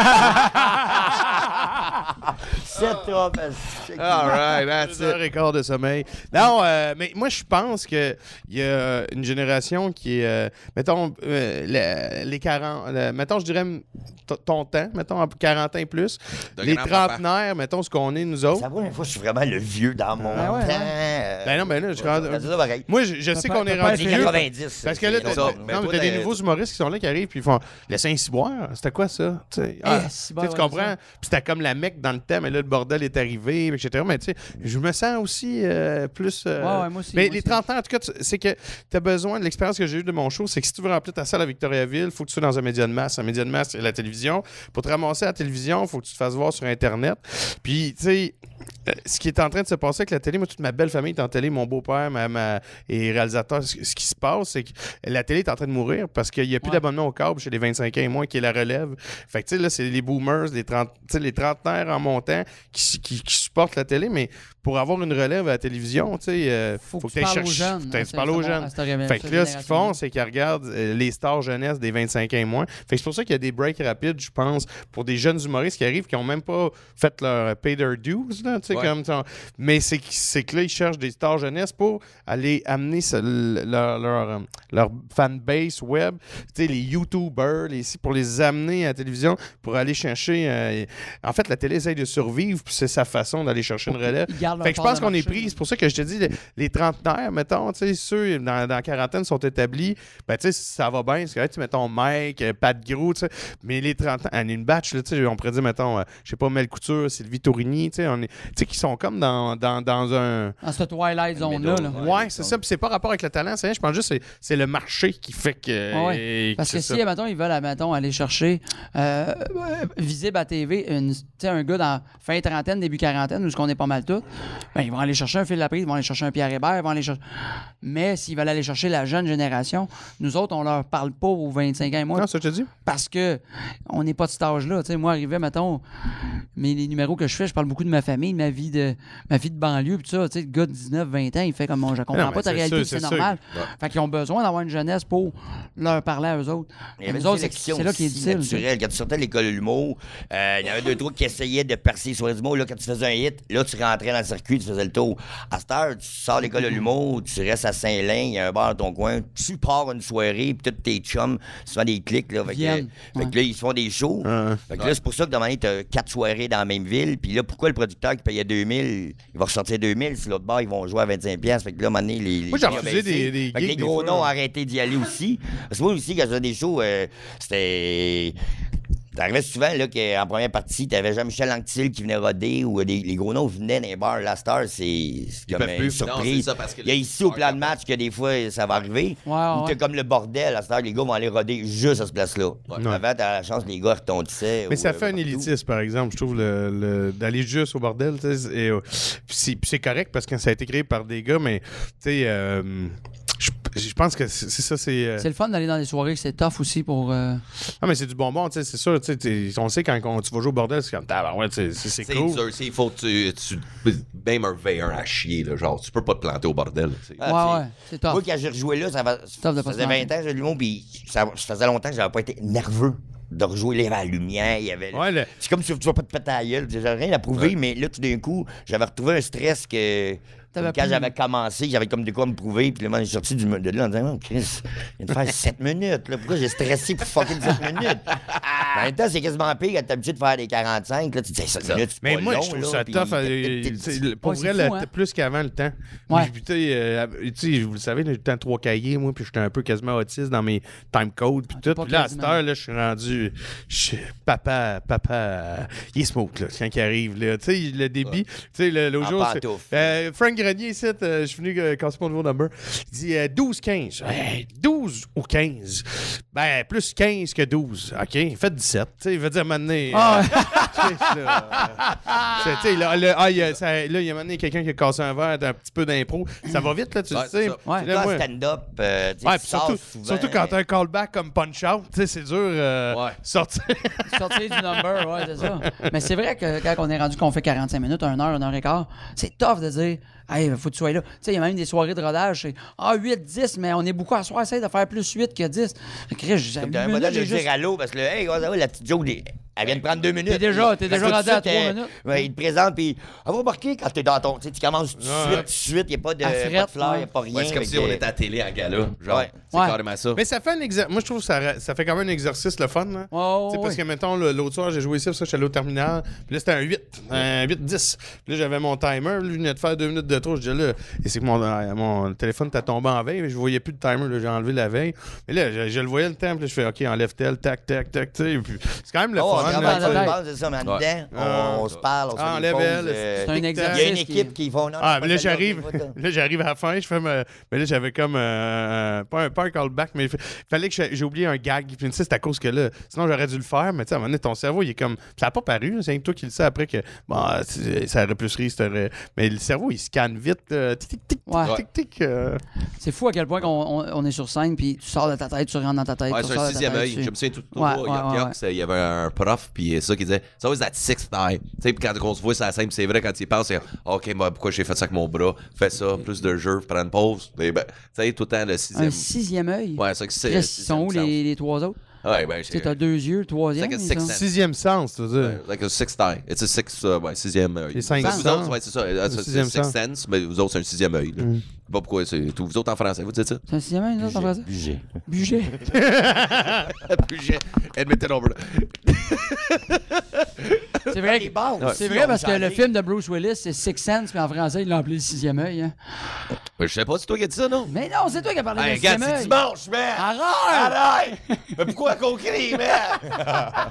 C'est toi, All right, that's it. 2h15 de sommeil. Non, mais moi, je pense qu'il y a une génération qui est, mettons, les 40, mettons, je dirais ton temps, mettons, 40 ans et plus. Les trentenaires, mettons, ce qu'on est, nous autres. Ça va, une fois, je suis vraiment le vieux dans mon temps. Ben non, ben là, moi, je sais qu'on est rendu vieux. 90. Parce que là, t'as des nouveaux humoristes qui sont là, qui arrivent, puis ils font le Saint-Cyboire, c'était quoi ça? Tu comprends? Puis c'était comme la Mecque dans le temps, mais là, le bordel est arrivé, etc. Mais tu sais, je me sens aussi plus. Moi aussi. Mais les 30 ans, en tout cas, c'est que tu as besoin de l'expérience que j'ai eue de mon show, c'est que si tu veux remplir ta salle à Victoriaville, il faut que tu sois dans un média de masse. Un média de masse, c'est la télévision. Pour te ramasser à la télévision, il faut que tu te fasses voir sur Internet. Puis, tu sais, ce qui est en train de se passer avec la télé, moi, toute ma belle famille est en télé, mon beau-père, et réalisateur. Ce qui se passe, c'est que la télé est en train de mourir parce qu'il n'y a plus d'abonnement au câble chez les 25 ans et moins qui est la relève. Fait que, tu sais, là, c'est les boomers, les trentenaires en montant qui supportent la télé, mais pour avoir une relève à la télévision, tu sais, faut que tu parles aux jeunes. Tu parles aux jeunes. Fait que là, ce qu'ils font, c'est qu'ils regardent les stars jeunesse des 25 ans et moins. Fait que c'est pour ça qu'il y a des breaks rapides, je pense, pour des jeunes humoristes qui arrivent, qui n'ont même pas fait leur pay their dues, là, tu sais, comme ça. Mais c'est que là, ils cherchent des stars jeunesse pour aller amener leur fanbase web, tu sais, les YouTubers, pour les amener à la télévision, pour aller chercher. En fait, la télé essaye de survivre, puis c'est sa façon d'aller chercher une relève. Fait que je pense qu'on est pris. C'est pour ça que je te dis, les trentenaires, mettons, tu sais, ceux dans la quarantaine sont établis, ben, tu sais, ça va bien. C'est que, mettons, Mike, Pat Gros, tu sais. Mais les 30 ans, une batch, là, tu sais, on pourrait dire, mettons, je sais pas, Mel Couture, Sylvie Tourigny, tu sais, sais, qui sont comme dans un... Dans cette Twilight Zone-là. Là. Ouais, c'est ça. Puis c'est pas rapport avec le talent, c'est rien. Je pense juste que c'est le marché qui fait que... Ouais. Parce que c'est si, ça. mettons, ils veulent, admettons, aller chercher visible à TV, un gars dans fin trentaine, début quarantaine, où ce qu'on est pas mal tous, ben, ils vont aller chercher un Phil Laprise, ils vont aller chercher un Pierre Hébert, ils vont aller chercher... Mais s'ils veulent aller chercher la jeune génération, nous autres, on leur parle pas aux 25 ans et moins. Non, ça, je te dis. Parce que on n'est pas de cet âge-là. Tu sais, moi, arrivé, mettons, mais les numéros que je fais, je parle beaucoup de ma famille, de ma vie de banlieue, puis tout ça. Tu sais, le gars de 19, 20 ans, il fait comme, je comprends Non, pas ta mais réalité, c'est c'est sûr. normal. Ouais. Fait qu'ils ont besoin d'avoir une jeunesse pour leur parler à eux autres. Il y avait Nous une autres, sélection c'est là qui est aussi difficile. tu sais. naturelle. Quand tu sortais de l'école de l'humour, il y avait 2-3 qui essayaient de percer sur les humours. Là, quand tu faisais un hit, là, tu rentrais dans le circuit, tu faisais le tour. À cette heure, tu sors de l'école de l'humour, tu restes à Saint-Lin, il y a un bar dans ton coin, tu pars une soirée, puis tous tes chums, souvent des clics, là. Fait Viennent. que là, ils se font des shows. Fait que là, c'est pour ça que demain, tu as 4 soirées dans la même ville. Puis là, pourquoi le producteur qui payait 2000, il va ressortir 2000, si l'autre bar, ils vont jouer à 25$. Fait que là, à un moment donné, Moi, j'ai prix ont refusé baissé. des Fait que gigs les des gros fois. noms ont arrêté d'y aller aussi. Parce que moi aussi, quand je faisais des shows, c'était... T'arrivais souvent là, qu'en première partie, t'avais Jean-Michel Anctil qui venait roder ou les gros noms venaient dans les bars. La Star, c'est comme peuvent une plus. surprise. Non, c'est ça, parce que Il y a les ici au plan de stars match que des fois, ça va arriver. Ouais, Ou ouais. t'as comme le bordel. La Star, les gars vont aller roder juste à ce place-là. Ouais. Avant, t'as la chance que les gars retondissaient. Mais ou, ça fait un partout. élitisme, par exemple, je trouve, d'aller juste au bordel. Tu sais, puis c'est correct parce que ça a été créé par des gars, mais tu sais, je pense que c'est ça, c'est... C'est le fun d'aller dans des soirées, c'est tough aussi pour. Ah, mais c'est du bonbon, tu sais, c'est sûr. Tu sais, on sait quand tu vas jouer au bordel, c'est comme, ouais, c'est C'est cool. dur, il faut que tu même un veilleur à chier, là, genre, tu peux pas te planter au bordel. C'est- Ah, Ouais, c'est tough. Moi, quand j'ai rejoué là, ça tough de pas faisait se 20 planter. ans que j'ai de l'humour, puis ça faisait longtemps que j'avais pas été nerveux de rejouer là, à la lumière. Il y avait... Ouais, C'est comme si tu vas pas te péter à la gueule. J'avais rien à prouver, mais là, tout d'un coup, j'avais retrouvé un stress que... T'avais Quand plus- j'avais commencé, j'avais comme de quoi me prouver. Puis là, moi, j'ai sorti de là en disant, oh, Chris, il vient de faire 7 minutes. Là. Pourquoi j'ai stressé pour fucking 7 minutes? En même temps, c'est quasiment pire quand t'es habitué de faire des 45. Là, tu te dis, 7 minutes, c'est Mais pas moi, long, je trouve là, ça puis tough. t'es- Tu sais, pour Ouais, vrai, c'est fou, hein? plus qu'avant le temps. Ouais. Puis, tu sais, vous le savez, j'ai tout le temps 3 cahiers, moi, puis j'étais un peu quasiment autiste dans mes time codes, puis tout. pas Puis là, à quasiment. cette heure, là, je suis rendu. Papa, il est smooth, là, quand il arrive, là. Tu sais, le débit. Tu sais, l'autre En jour. pantoufle. Frank Grenier, ici, je suis venu casser mon nouveau number. Il dit 12-15. Hey, 12 ou 15? Ben, plus 15 que 12. OK, faites 17. Tu sais, il veut dire maintenant. Ah, Tu sais, là, il y a un moment donné quelqu'un qui a cassé un verre d'un petit peu d'impro. Ça va vite, là, tu Ouais, le c'est sais. ça. Ouais. Là, Là, moi- stand-up, tu sais, Ouais, tu puis sors surtout, souvent. surtout quand t'as un callback comme punch-out, tu sais, c'est dur Ouais. sortir. sortir du number, ouais, c'est ça. Mais c'est vrai que quand on est rendu qu'on fait 45 minutes, 1 heure et quart, c'est tough de dire, hey, faut que tu sois là. Tu sais, il y a même des soirées de rodage, c'est 8, 10, mais on est beaucoup à soir, essaye de faire plus 8 que 10. Chris, j'ai T'as un modèle de dire allô parce que, hey, ça va, la petite joke, elle vient de prendre 2 minutes. T'es déjà Parce que rendu à tout de suite, 3 minutes. Ouais, il te présente, puis elle va remarquer quand t'es dans ton. Tu sais, tu commences tout de suite, il n'y a pas de, À pas frette, de fleurs, il n'y ouais. a pas rien. Ouais, c'est comme fait si que- on était à la télé en gala. Genre, Ouais. c'est Ouais. carrément ça. Mais ça fait un exercice. Moi, je trouve que ça fait quand même un exercice le fun. Là. Oh, Tu sais, parce oui. que, mettons, l'autre soir, j'ai joué ici, parce que j'étais allé au terminal. Puis là, c'était un 8. Un 8-10. Puis là, j'avais mon timer. Lui, il venait de faire 2 minutes de trop. Je disais là, et c'est que mon téléphone était tombé en veille. Mais je voyais plus de timer. Là, j'ai enlevé la veille. Mais là, je le voyais le temps. Puis là, je fais OK, enlève tel, tac, tac, tac. Tu sais. Puis c'est quand même le Oh, on fun. travaille là, dans sur la le tu sais. base, c'est ça, mais en Ouais. dedans, on se parle, on se fait des enlève pauses, elle, C'est un tic-tac. exercice. Il y a une qui- équipe qui font... Non, Ah, c'est mais là, pas celle-là, j'arrive. qui va- Là, j'arrive à la fin. Mais là, j'avais comme. Pas un callback, mais il fallait que j'ai oublié un gag. Puis, tu sais, c'est à cause que là. Sinon, j'aurais dû le faire. Mais tu sais, à un moment donné, ton cerveau, il est comme. Ça n'a pas paru. C'est toi qui le sais après que. Bon, ça aurait plus ri. Mais le cerveau, il scanne vite. Tic, tic, tic, Ouais. tic, tic, tic. C'est fou à quel point on est sur scène, puis tu sors de ta tête, tu rentres dans ta tête. Ouais, tu c'est sors un de ta sixième tête, œil. tu- Je me souviens tout Ouais, le ouais, temps. ouais. Il y avait un prof, puis c'est ça qui disait it's always that sixth eye. Tu sais, puis quand on se voit sur la scène, c'est vrai, quand il pense, c'est OK, moi, pourquoi j'ai fait ça avec mon bras? Fais ça, plus de jeu, prends une pause. Et ben, tu sais, tout le temps, le sixième. Un 6e œil. Ouais, c'est ça que c'est. Chris, ils sont où les 3 autres? Ouais, ben, Tu sais, t'as 2 yeux, le 3e. C'est like a ils sixth sont- sense. 6e sens, tu veux dire. Like a sixth eye. It's a sixth, sixième œil. Les cinq Vous sens. autres, ouais, c'est ça. Le C'est sixième sixth sens. sense, mais vous autres, c'est un sixième œil. là. Je sais pas pourquoi c'est tout. Vous autres en français, vous dites ça? C'est un 6e œil, nous autres, en français? Budget. Budget. Budget. Admettez over. C'est vrai, Les bases, c'est si, vrai on parce que chantait. le film de Bruce Willis, c'est Six Sense, mais en français, ils l'ont appelé Le Sixième œil. Hein. Je sais pas, c'est toi qui as dit ça, non? Mais non, c'est toi qui as parlé de Hey, Le Sixième regarde, œil. c'est dimanche, man! Arrête! Mais pourquoi qu'on crie, man?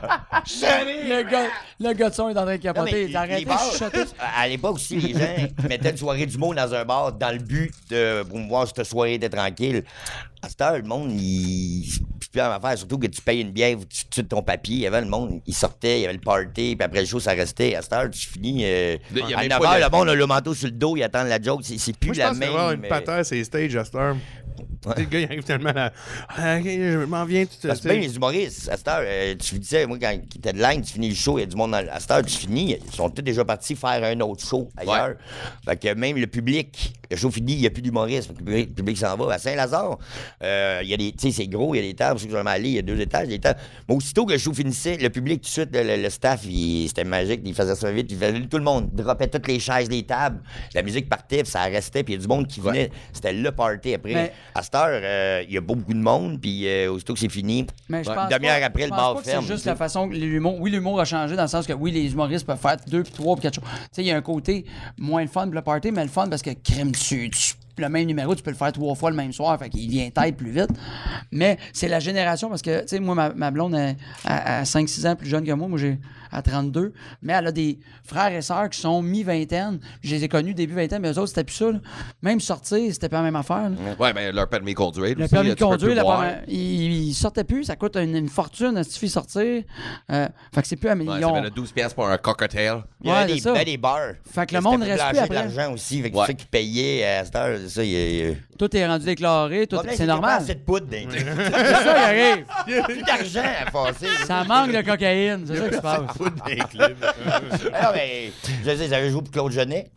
Le gars de son est en train de Non, mais capoter. T'as arrêté de bars, chuchoter. à l'époque aussi, les gens mettaient une soirée du monde dans un bar dans le but de promouvoir cette soirée de tranquille. À cette heure, le monde, c'est plus la même affaire. Surtout que tu payes une bière, tu tues ton papier. Il y avait le monde, il sortait, il y avait le party, puis après le show, ça restait. À cette heure, tu finis. y À avait 9 pas heures, le- le monde a le manteau sur le dos, il attend la joke. C'est plus Moi, je la pense qu'il même. va y avoir une patère sur les stages à cette heure. Le gars, il arrive tellement là. Ah, ok, je m'en viens. Parce que bien les humoristes, à cette heure, tu disais, moi, quand il était de line, tu finis le show, il y a du monde à cette heure, tu finis, ils sont tous déjà partis faire un autre show ailleurs. Fait que même le public, le show fini, il n'y a plus d'humoristes. Le public s'en va. À Saint-Lazare, il y a des, tu sais, c'est gros, il y a des tables, je sais que j'en ai allé, il y a 2 étages, des tables. Mais aussitôt que le show finissait, le public, tout de suite, le staff, c'était magique, il faisait ça vite, tout le monde droppait toutes les chaises, les tables, la musique partait, puis ça restait, puis il y a du monde qui venait. C'était le party après. Mais- À cette heure, il y a beaucoup de monde, puis aussitôt que c'est fini, Mais je une pense demi-heure pas- après, je le pense bar pas que ferme. C'est juste la façon que l'humour. Oui, l'humour a changé dans le sens que oui, les humoristes peuvent faire 2 puis 3 puis 4 choses. Tu sais, il y a un côté moins le fun pour le party, mais le fun parce que crime, le même numéro, tu peux le faire 3 fois le même soir, fait qu'il vient tête plus vite. Mais c'est la génération parce que, tu sais, moi, ma blonde à 5-6 ans plus jeune que moi j'ai à 32, mais elle a des frères et sœurs qui sont mi-vingtaine. Je les ai connus début vingtaine, mais eux autres, c'était plus ça. Là. Même sortir, c'était pas la même affaire. Là. Ouais, ben leur permis de conduire. Le aussi, permis de tu peux conduire, plus là, boire. il sortait plus, ça coûte une fortune à suffit sortir. Fait que c'est plus un Ouais, million. ça fait 12 piastres pour un cocktail. Il y avait Ouais, des, c'est ça. des bars. Fait que le C'était monde pour reste plus blanchir après. de l'argent aussi. Fait que Ouais. ceux qui payaient à cette heure, c'est ça, Tout est rendu déclaré, tout, c'est normal. C'est de poudre dans les trucs. C'est ça qui arrive. Plus d'argent à passer. Ça manque de cocaïne, c'est ça qui se passe. Alors, mais, je sais, j'avais joué pour Claude Genet.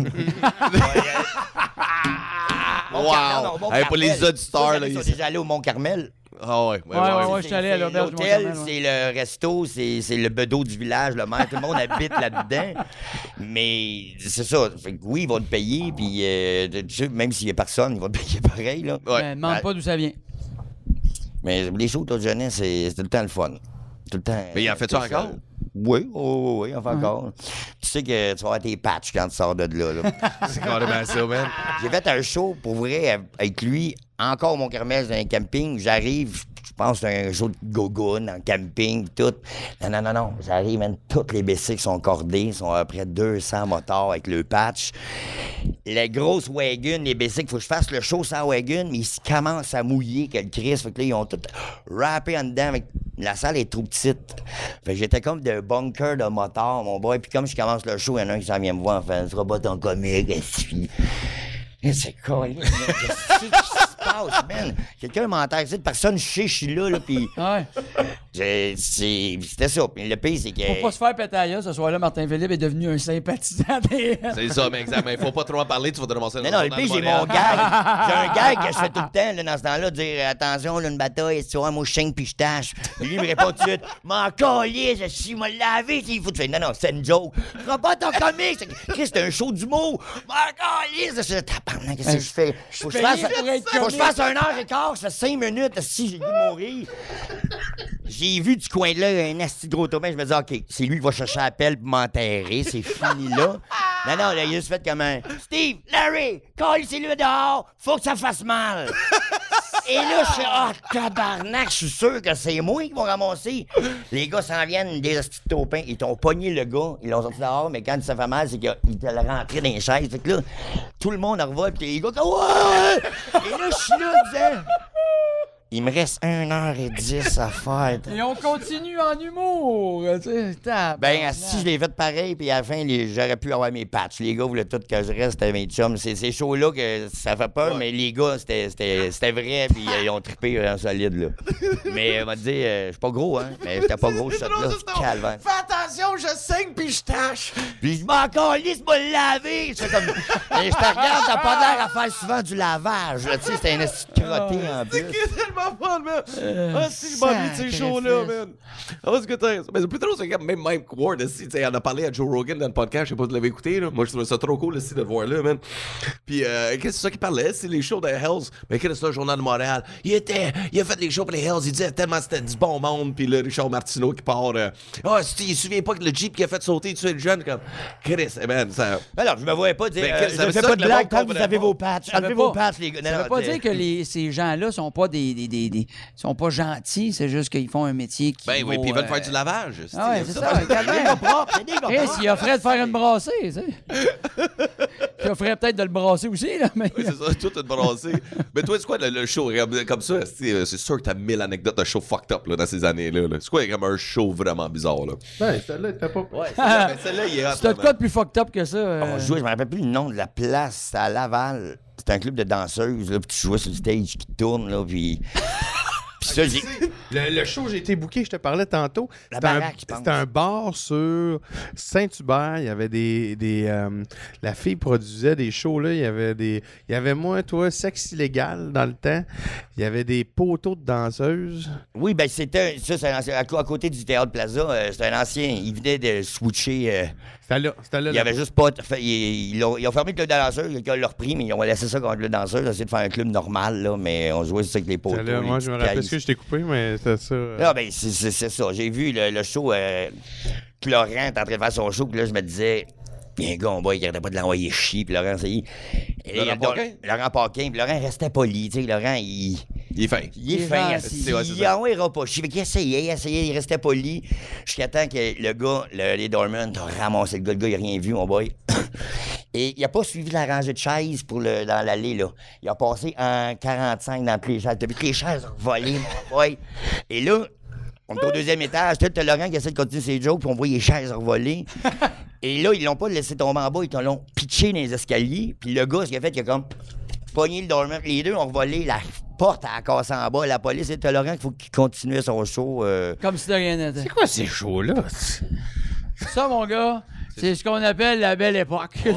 Wow! Hey, pour les auditeurs, là, ils sont ici. déjà allés au Mont-Carmel. Ah ouais, ouais, Ouais, ouais. je suis allé à l'auberge du L'hôtel, Mont-Carmel, ouais. c'est le resto, c'est le bedeau du village, le maire, tout le monde habite là-dedans. Mais c'est ça. Fait que oui, ils vont te payer, puis tu sais, même s'il n'y a personne, ils vont te payer pareil. Là. Ouais. Mais demande pas d'où ça vient. Mais les shows de Claude Genet, c'est tout le temps le fun. Tout le temps. Mais il en fait ça encore? Oui, il en fait encore. Tu sais que tu vas avoir tes patchs quand tu sors de là. là. C'est carrément ça, man. J'ai fait un show, pour vrai, avec lui, encore au Mont-Carmel, dans un camping. J'arrive, je pense que c'est un show de gogoon en camping, tout. Non. J'arrive, même toutes les bicycles sont cordées, ils sont à près de 200 motards avec le patch. La grosse wagon, les bicycles, faut que je fasse le show sans wagon, mais ils commencent à mouiller que le Chris. Fait que là, ils ont tout rappé en dedans. Avec... La salle est trop petite. Fait que j'étais comme de bunker de motard, mon boy. Puis comme je commence le show, il y en a un qui s'en vient me voir en fait, tu seras pas ton comique, c'est quoi, qu'est-ce qui se passe, man? Quelqu'un m'a entendu, personne sait, je suis là, puis Ouais. c'était ça. Puis le pire, c'est que... Faut pas se faire péter à la gueule, ce soir-là, Martin Philippe est devenu un sympathisant des... C'est ça, mais exactement. Il faut pas trop en parler, tu vas te ramasser dans Non, le le journal pire, de j'ai mon Montréal. gag. J'ai un gag que je fais tout le temps, là, dans ce temps-là, dire attention, là, une bataille, tu vois, moi, je saigne puis je tâche. Puis lui, il me répond tout de suite m'en calisse, je suis me laver, s'il faut. Tu fais non, c'est une joke. Tu feras pas ton comique. Chris, c'est un show d'humour. M'en calisse. Je dis, tabarnak, qu'est-ce que je fais? Faut que je fasse 1h15, ça fait 5 minutes, si j'ai dû mourir. J'ai vu du coin de là un asti de gros tomain. Je me dis, OK, c'est lui qui va chercher la pelle pour m'enterrer. C'est fini là. Non, là, il a juste fait comme un Steve, Larry, calissez-le dehors. Faut que ça fasse mal. Et là, je suis tabarnak, je suis sûr que c'est moi qui vont ramasser. Les gars s'en viennent, des astis de taupins. Ils t'ont pogné le gars, ils l'ont sorti dehors, mais quand ça fait mal, c'est qu'ils te l'ont rentré dans les chaises. Fait que là, tout le monde en revole, pis les gars, ouais! Et là, je suis là, disant, il me reste 1h10 à faire. Et on continue en humour, tu sais. Ben, si je l'ai fait pareil, puis à la fin, j'aurais pu avoir mes patchs. Les gars voulaient tout que je reste avec mes chums. C'est ces shows-là que ça fait peur, mais les gars, c'était vrai, puis ils ont trippé en solide, là. Mais on m'a dit, je suis pas gros, hein, mais j'étais pas gros, je suis là. Calvaire. Fais attention, je saigne puis je tâche. Puis je m'en calisse, me le laver. Je fais comme. Et je te regarde, t'as pas l'air à faire souvent du lavage, là. Tu sais, c'était un esti de crotté en plus. tellement fun, man. Si je m'ennuie de ces shows-là, man. Ah, c'est que t'as. Mais le plus drôle, c'est que même Mike Ward, aussi, tu sais, on a parlé à Joe Rogan dans le podcast, je sais pas si vous l'avez écouté, là. Moi, je trouvais ça trop cool, aussi, de le voir là, man. Puis, qu'est-ce que c'est ça qu'il parlait? C'est les shows des Hells. Mais qu'est-ce que c'est le Journal de Montréal? Il a fait des shows pour les Hells, il disait tellement c'était du bon monde, puis là, Richard Martineau qui part. Il se souvient pas que le Jeep qui a fait sauter, tu sais, le jeune, comme. Chris, man, ça. Alors, je me voyais pas dire. Mais Je ne fais pas de blague tant que vous avez vos patchs. Enlevez vos patchs, les gars. Ça veut pas dire que ces gens-là sont pas sont pas gentils, c'est juste qu'ils font un métier qui Ben oui, puis ils veulent faire du lavage. Ah ouais, c'est ça. Il offrait de faire une brassée, tu sais. Il offrait peut-être de le brasser aussi, là. Mais... Oui, c'est ça, tout est brassé. Mais toi, c'est quoi le show comme ça? C'est sûr que t'as 1000 anecdotes de show fucked up là, dans ces années-là. Là. C'est quoi comme un show vraiment bizarre? Là? Ben, celle-là, t'as pas. Ouais, celle-là, il est hot, c'est de quoi de plus fucked up que ça? On jouait, je me rappelle plus le nom de la place, c'était à Laval. C'était un club de danseuses, là, puis tu jouais sur le stage qui tourne, là, puis... Puis ça, j'ai... Le show, j'ai été booké, je te parlais tantôt. La baraque, je pense. C'était un bar sur Saint-Hubert. Il y avait la fille produisait des shows, là. Il y avait moi, toi, Sexe illégal dans le temps. Il y avait des poteaux de danseuses. Oui, ben c'était... Ça, c'est un ancien... À côté du Théâtre Plaza, c'était un ancien... Il venait de switcher... C'était là. Il y avait juste pas... Ils ont fermé le club de danseuses, ils l'ont repris, mais ils ont laissé ça comme club de danseuses. Ils ont essayé de faire un club normal, là, mais on jouait ça avec les poteaux. Là, moi, je me rappelle que je t'ai coupé, mais c'était ça. Ah, ben, c'est ça. J'ai vu le show que Laurent était en train de faire son show, puis là, je me disais... Il y a un gars, on voit, il arrêtait pas de l'envoyer chier, puis Laurent, c'est... Laurent Paquin, puis Laurent restait poli, tu sais, Laurent, il est fin. Il est fin, il envoyera pas chier, mais il essayait, il restait poli, jusqu'à temps que le gars, les Dormans, ont ramassé le gars, il a rien vu, mon boy. Et il a pas suivi la rangée de chaises dans l'allée, là. Il a passé en 45 dans toutes les chaises. T'as vu que les chaises ont volé, mon boy. Et là, on est au deuxième étage, t'as Laurent qui essaie de continuer ses jokes, puis on voit les chaises revoler. Et là, ils l'ont pas laissé tomber en bas, ils l'ont pitché dans les escaliers. Puis le gars, ce qu'il a fait, il a comme pogné le dormant. Les deux ont revolé, la porte a cassé en bas. La police, c'était Laurent qu'il faut qu'il continue son show. Comme si de rien n'était. C'est quoi ces shows-là? Ça, mon gars, c'est ce qu'on appelle la belle époque. Ouais,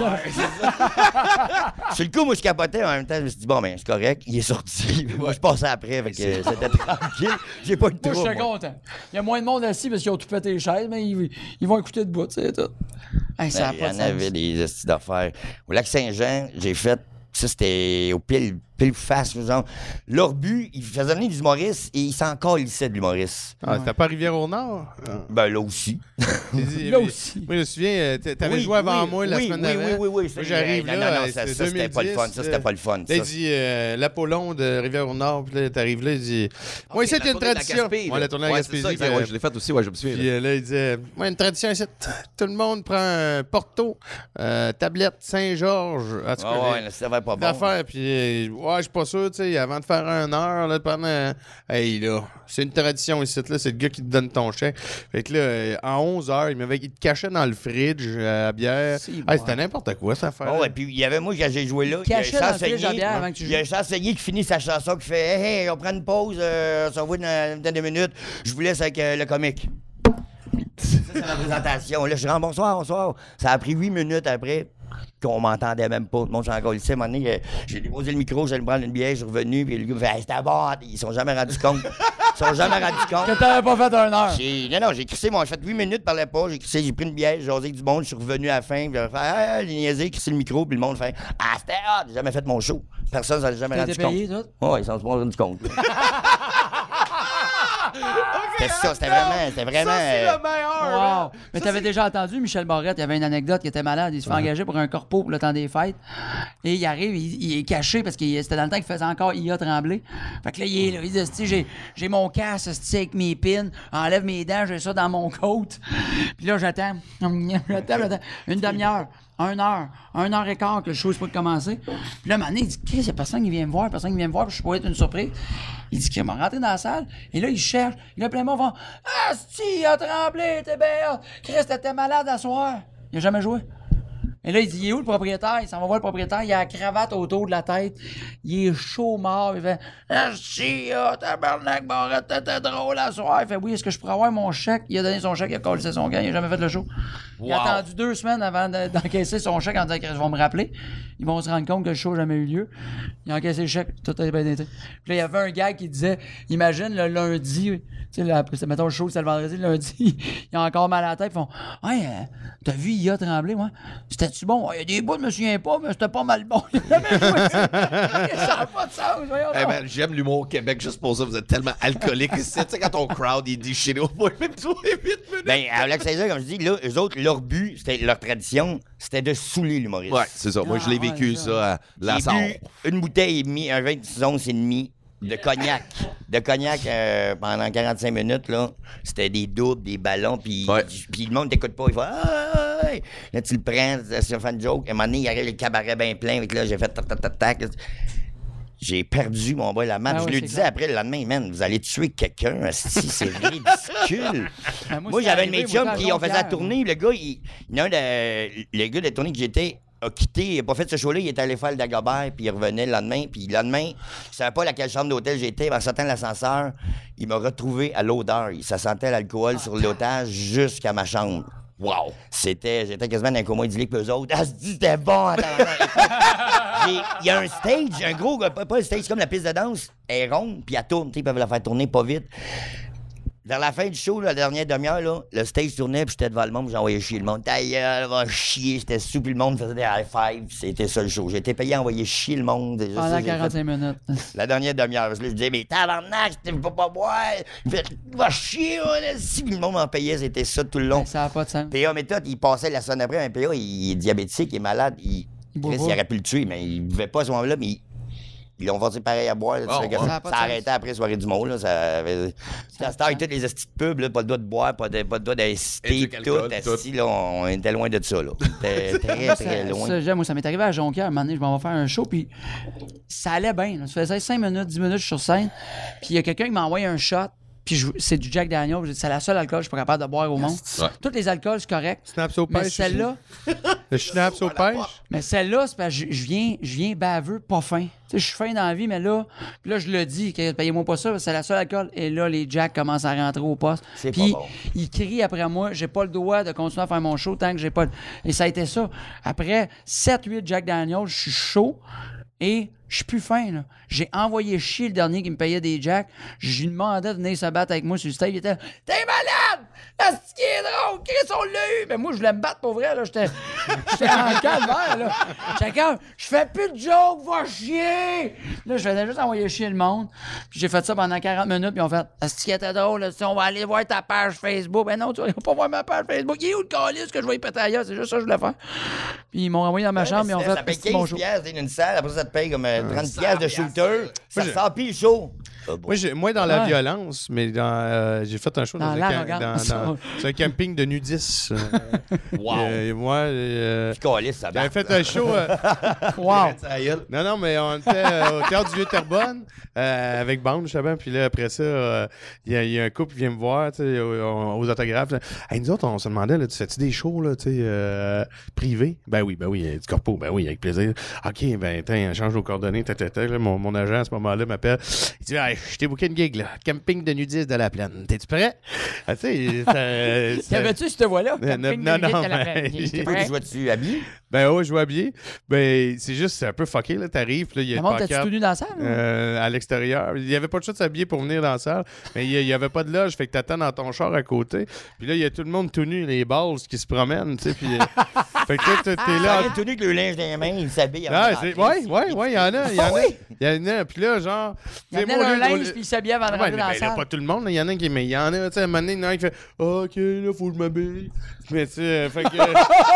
sur le coup, moi, je capotais. En même temps, je me suis dit, bon, ben, c'est correct. Il est sorti. Moi, je passais après. Fait que c'était tranquille. J'ai pas eu de Moi, trouble. je suis content. Il y a moins de monde assis parce qu'ils ont tout pété les chaises, mais ils vont écouter debout, tu sais, tout. Hey, ça Il y en avait des estis d'affaires. Au Lac-Saint-Jean, j'ai fait... Ça, c'était au pile face, genre. Leur but, ils faisaient venir des humoristes et ils s'en calissaient de l'humoriste. Ah, c'était pas Rivière-au-Nord? Ben, là aussi. Là aussi. Moi, je me souviens, t'avais joué avant moi la semaine d'avant. Oui. Moi, j'arrive là, ça, c'était pas le fun. Ça, c'était pas le fun. Là, il dit l'Apollon de Rivière-au-Nord, puis là, t'arrives là, il dit... Moi, ici, il y a une tradition. Ouais, la tournée à Gaspésie. Ouais, je l'ai fait aussi, ouais, je me souviens. Puis là, il disait, moi, une tradition ici, tout le monde prend un Porto, tablette Saint-Georges. En tout cas, ouais, ça va pas bon. Puis, ouais, je suis pas sûr, tu sais, avant de faire 1 heure, là, pendant... Hey, là, c'est une tradition ici, là, c'est le gars qui te donne ton chèque. Fait que là, en 11 heures, il te cachait dans le fridge à bière. Hey, c'était n'importe quoi, ça affaire. Ouais, puis il y avait moi, quand j'ai joué là, il cachait dans le fridge à bière avant que tu joues. Il y a un chansonnier qui finit sa chanson, qui fait Hey, on prend une pause, on se revoit dans une vingtaine de minutes, je vous laisse avec le comique. Ça, c'est la présentation. Là, je rentre, bonsoir. Ça a pris 8 minutes après. Qu'on m'entendait même pas. Tout le monde s'en encore ici. À un moment donné, j'ai déposé le micro, j'allais me prendre une bière, je suis revenu, puis le gars me fait hey, c'était bon. Ils sont jamais rendus compte. Que t'avais pas fait 1 heure. Non, j'ai crissé, j'ai fait 8 minutes, parlais pas, j'ai pris une bière, j'ai jasé avec du monde, je suis revenu à la fin, puis j'ai fait j'ai niaisé, crissé le micro, puis le monde fait ah, c'était hot, j'ai jamais fait mon show. Personne s'en est jamais rendu compte. Payé, tout? Ouais, ils s'en sont pas rendus compte. C'était ça, c'était vraiment. Ça, c'est le meilleur! Wow! Mais t'avais déjà entendu, Michel Barrette, il y avait une anecdote, il était malade, il se fait engager pour un corpo pour le temps des fêtes. Et il arrive, il est caché parce que c'était dans le temps qu'il faisait encore IA Tremblay. Fait que là, il est là, il dit, j'ai mon casque avec mes pins, enlève mes dents, j'ai ça dans mon coat. Puis là, j'attends. Une demi-heure. 1 heure, 1 heure et quart que le show est pas de commencer. Puis là, un moment donné, il dit, Chris, il y a personne qui vient me voir, puis je suis pas être une surprise. Il dit qu'il m'a rentré dans la salle, et là, il cherche, il a plein de monde, il fait ah, si, il a tremblé, t'es bien, Chris, t'étais malade à soir. Il a jamais joué. Et là, il dit, il est où le propriétaire? Il s'en va voir le propriétaire, il a la cravate autour de la tête, il est chaud mort, il fait « Si, tabarnak, Barrette, t'étais drôle à soir. » Il fait « Oui, est-ce que je pourrais avoir mon chèque? » Il a donné son chèque, il a collé son gars, il a jamais fait le show. Il a attendu 2 semaines avant d'encaisser son chèque en disant qu'ils vont me rappeler. Ils vont se rendre compte que le show n'a jamais eu lieu. Il a encaissé le chèque, tout a bien été. Puis là, il y avait un gars qui disait, imagine le lundi, tu sais, mettons le show, c'est le vendredi, le lundi, il a encore mal à la tête. Ils font « Ouais, t'as vu IA Tremblay, moi? C'était-tu bon? Il y a des bouts, je me souviens pas, mais c'était pas mal bon. » Il a jamais joué ça. Ça n'a pas de sens, voyons donc. Man, j'aime l'humour au Québec juste pour ça. Vous êtes tellement alcoolique. Tu sais, quand ton crowd, il dit chez nous, même toi, 8 minutes. Ben, à Lac Saint-Jean, comme je dis, là, eux autres, leur but, c'était leur tradition, c'était de saouler l'humoriste. Ouais, c'est ça. Moi, je l'ai vécu, ça, à la J'ai Sarre. bu une bouteille et demie, un 26 onces et demi de cognac. Pendant 45 minutes, là. C'était des doubles, des ballons, puis le monde t'écoute pas. Il fait « Ah! » Là, tu le prends, tu fais une joke. À un moment donné, il arrive le cabaret bien plein. Avec là, j'ai fait tac. J'ai perdu, mon boy, la match. Je lui disais après, le lendemain, man, vous allez tuer quelqu'un. C'est ridicule. Moi, j'avais une médium, puis on faisait la tournée. Le gars, le gars de la tournée que j'étais a quitté, il n'a pas fait ce show-là, il est allé faire le Dagobert, puis il revenait le lendemain. Puis le lendemain, je ne savais pas laquelle chambre d'hôtel j'étais. En sortant de l'ascenseur, il m'a retrouvé à l'odeur. Ça sentait l'alcool sur l'otage jusqu'à ma chambre. Wow! J'étais quasiment dans un coma idyllique que eux autres. Ah, c'était bon! Il y a un stage, un gros, pas un stage comme la piste de danse, elle est ronde, puis elle tourne, ils peuvent la faire tourner pas vite. Vers la fin du show, la dernière demi-heure, là, le stage tournait, puis j'étais devant le monde, j'ai envoyé chier le monde. Ta gueule, va chier, j'étais sous, puis le monde faisait des high-fives, c'était ça le show. J'ai été payé à envoyer chier le monde. Pendant 45 minutes. La dernière demi-heure, parce que là, je disais, mais tabarnak, je ne peux pas boire. Il fait, va chier, si, puis le monde m'en payait, c'était ça tout le long. Ça n'a pas de sens. PA méthode, il passait la semaine après, mais PA, il est diabétique, il est malade, il aurait pu le tuer, mais il ne buvait pas à ce moment-là, mais ils l'ont vendu pareil à boire. Ça arrêtait après soirée du mot. Là, ça startait toutes les estis de pub, là, pas le droit de boire, pas le droit d'inciter, tout. Là, on était loin de ça. Là. C'était très loin. Ça, moi, ça m'est arrivé à Jonquière. Un moment donné, je m'en vais faire un show, puis ça allait bien. Là. Ça faisait 5 minutes, 10 minutes, je suis sur scène. Puis il y a quelqu'un qui m'a envoyé un shot. Puis c'est du Jack Daniel. C'est la seule alcool que je suis pas capable de boire au monde. Ouais. Tous les alcools, c'est correct. Snaps au pêche. Mais celle-là. Le schnapps au pêche. Mais celle-là, c'est parce que je viens baveux, pas fin. Tu sais, je suis fin dans la vie, mais là, je le dis, payez-moi pas ça, c'est la seule alcool. Et là, les Jacks commencent à rentrer au poste. Puis bon. ils crient après moi, j'ai pas le droit de continuer à faire mon show tant que j'ai pas. Et ça a été ça. Après 7-8 Jack Daniel, je suis chaud. Et je suis plus fin, là. J'ai envoyé chier le dernier qui me payait des jacks. Je lui demandais de venir se battre avec moi sur le stage. Il était « T'es malade! C'est qui est drôle! Chris, on l'a eu! » Mais moi, je voulais me battre pour vrai, là. J'étais en calvaire, là. J'étais comme « Je fais plus de jokes, va chier! » Là, je faisais juste envoyer chier le monde. Puis j'ai fait ça pendant 40 minutes, puis on fait « C'est qui était drôle, là. On va aller voir ta page Facebook. » Ben non, tu vas pas voir ma page Facebook. Il est où le calice que je vais y péter ailleurs? C'est juste ça que je voulais faire. Puis ils m'ont envoyé dans ma chambre, et on fait ça paye 15 piastres d'une salle, après ça te paye comme 30 piastres de shooter. Ça sent pile chaud. Moi, dans la violence, mais j'ai fait un show dans un camping de nudistes. Moi, j'avais fait un show. Wow! Non, mais on était au Théâtre du Vieux-Terrebonne avec bande, justement. Puis là, après ça, il y a un couple qui vient me voir aux autographes. Hey, nous autres, on se demandait, là, tu fais-tu des shows là, privés? Ben oui, du corpo. Ben oui, avec plaisir. OK, ben, change nos coordonnées. Mon agent, à ce moment-là, m'appelle. Il dit, je t'ai booké une gig, là. Camping de nudistes de la Plaine. T'es-tu prêt? Ah, tu sais, T'avais-tu cette voix-là? Non. Tu jouais-tu habillé? Ben oui, je joue habillé. Ben, c'est un peu fucké, là. T'arrives, là, il y a une pancarte. T'as-tu tout nu dans la salle? À l'extérieur. Il n'y avait pas de choix de s'habiller pour venir dans la salle. Mais il n'y avait pas de loge, fait que t'attends dans ton char à côté. Puis là, il y a tout le monde tout nu, les balls qui se promènent, tu sais. Puis. Fait que toi, t'es là. Il est tout nu avec le linge dans les mains, il s'habille. Ouais, il y en a. Il y en a. Puis là, genre. Il y en a un linge, puis il s'habillait avant de rentrer dans la salle. Pas tout le monde, il y en a qui. Mais il y en a, tu sais, à un moment donné, il y en a qui fait OK, là, faut que je m'habille. Mais tu sais, fait que.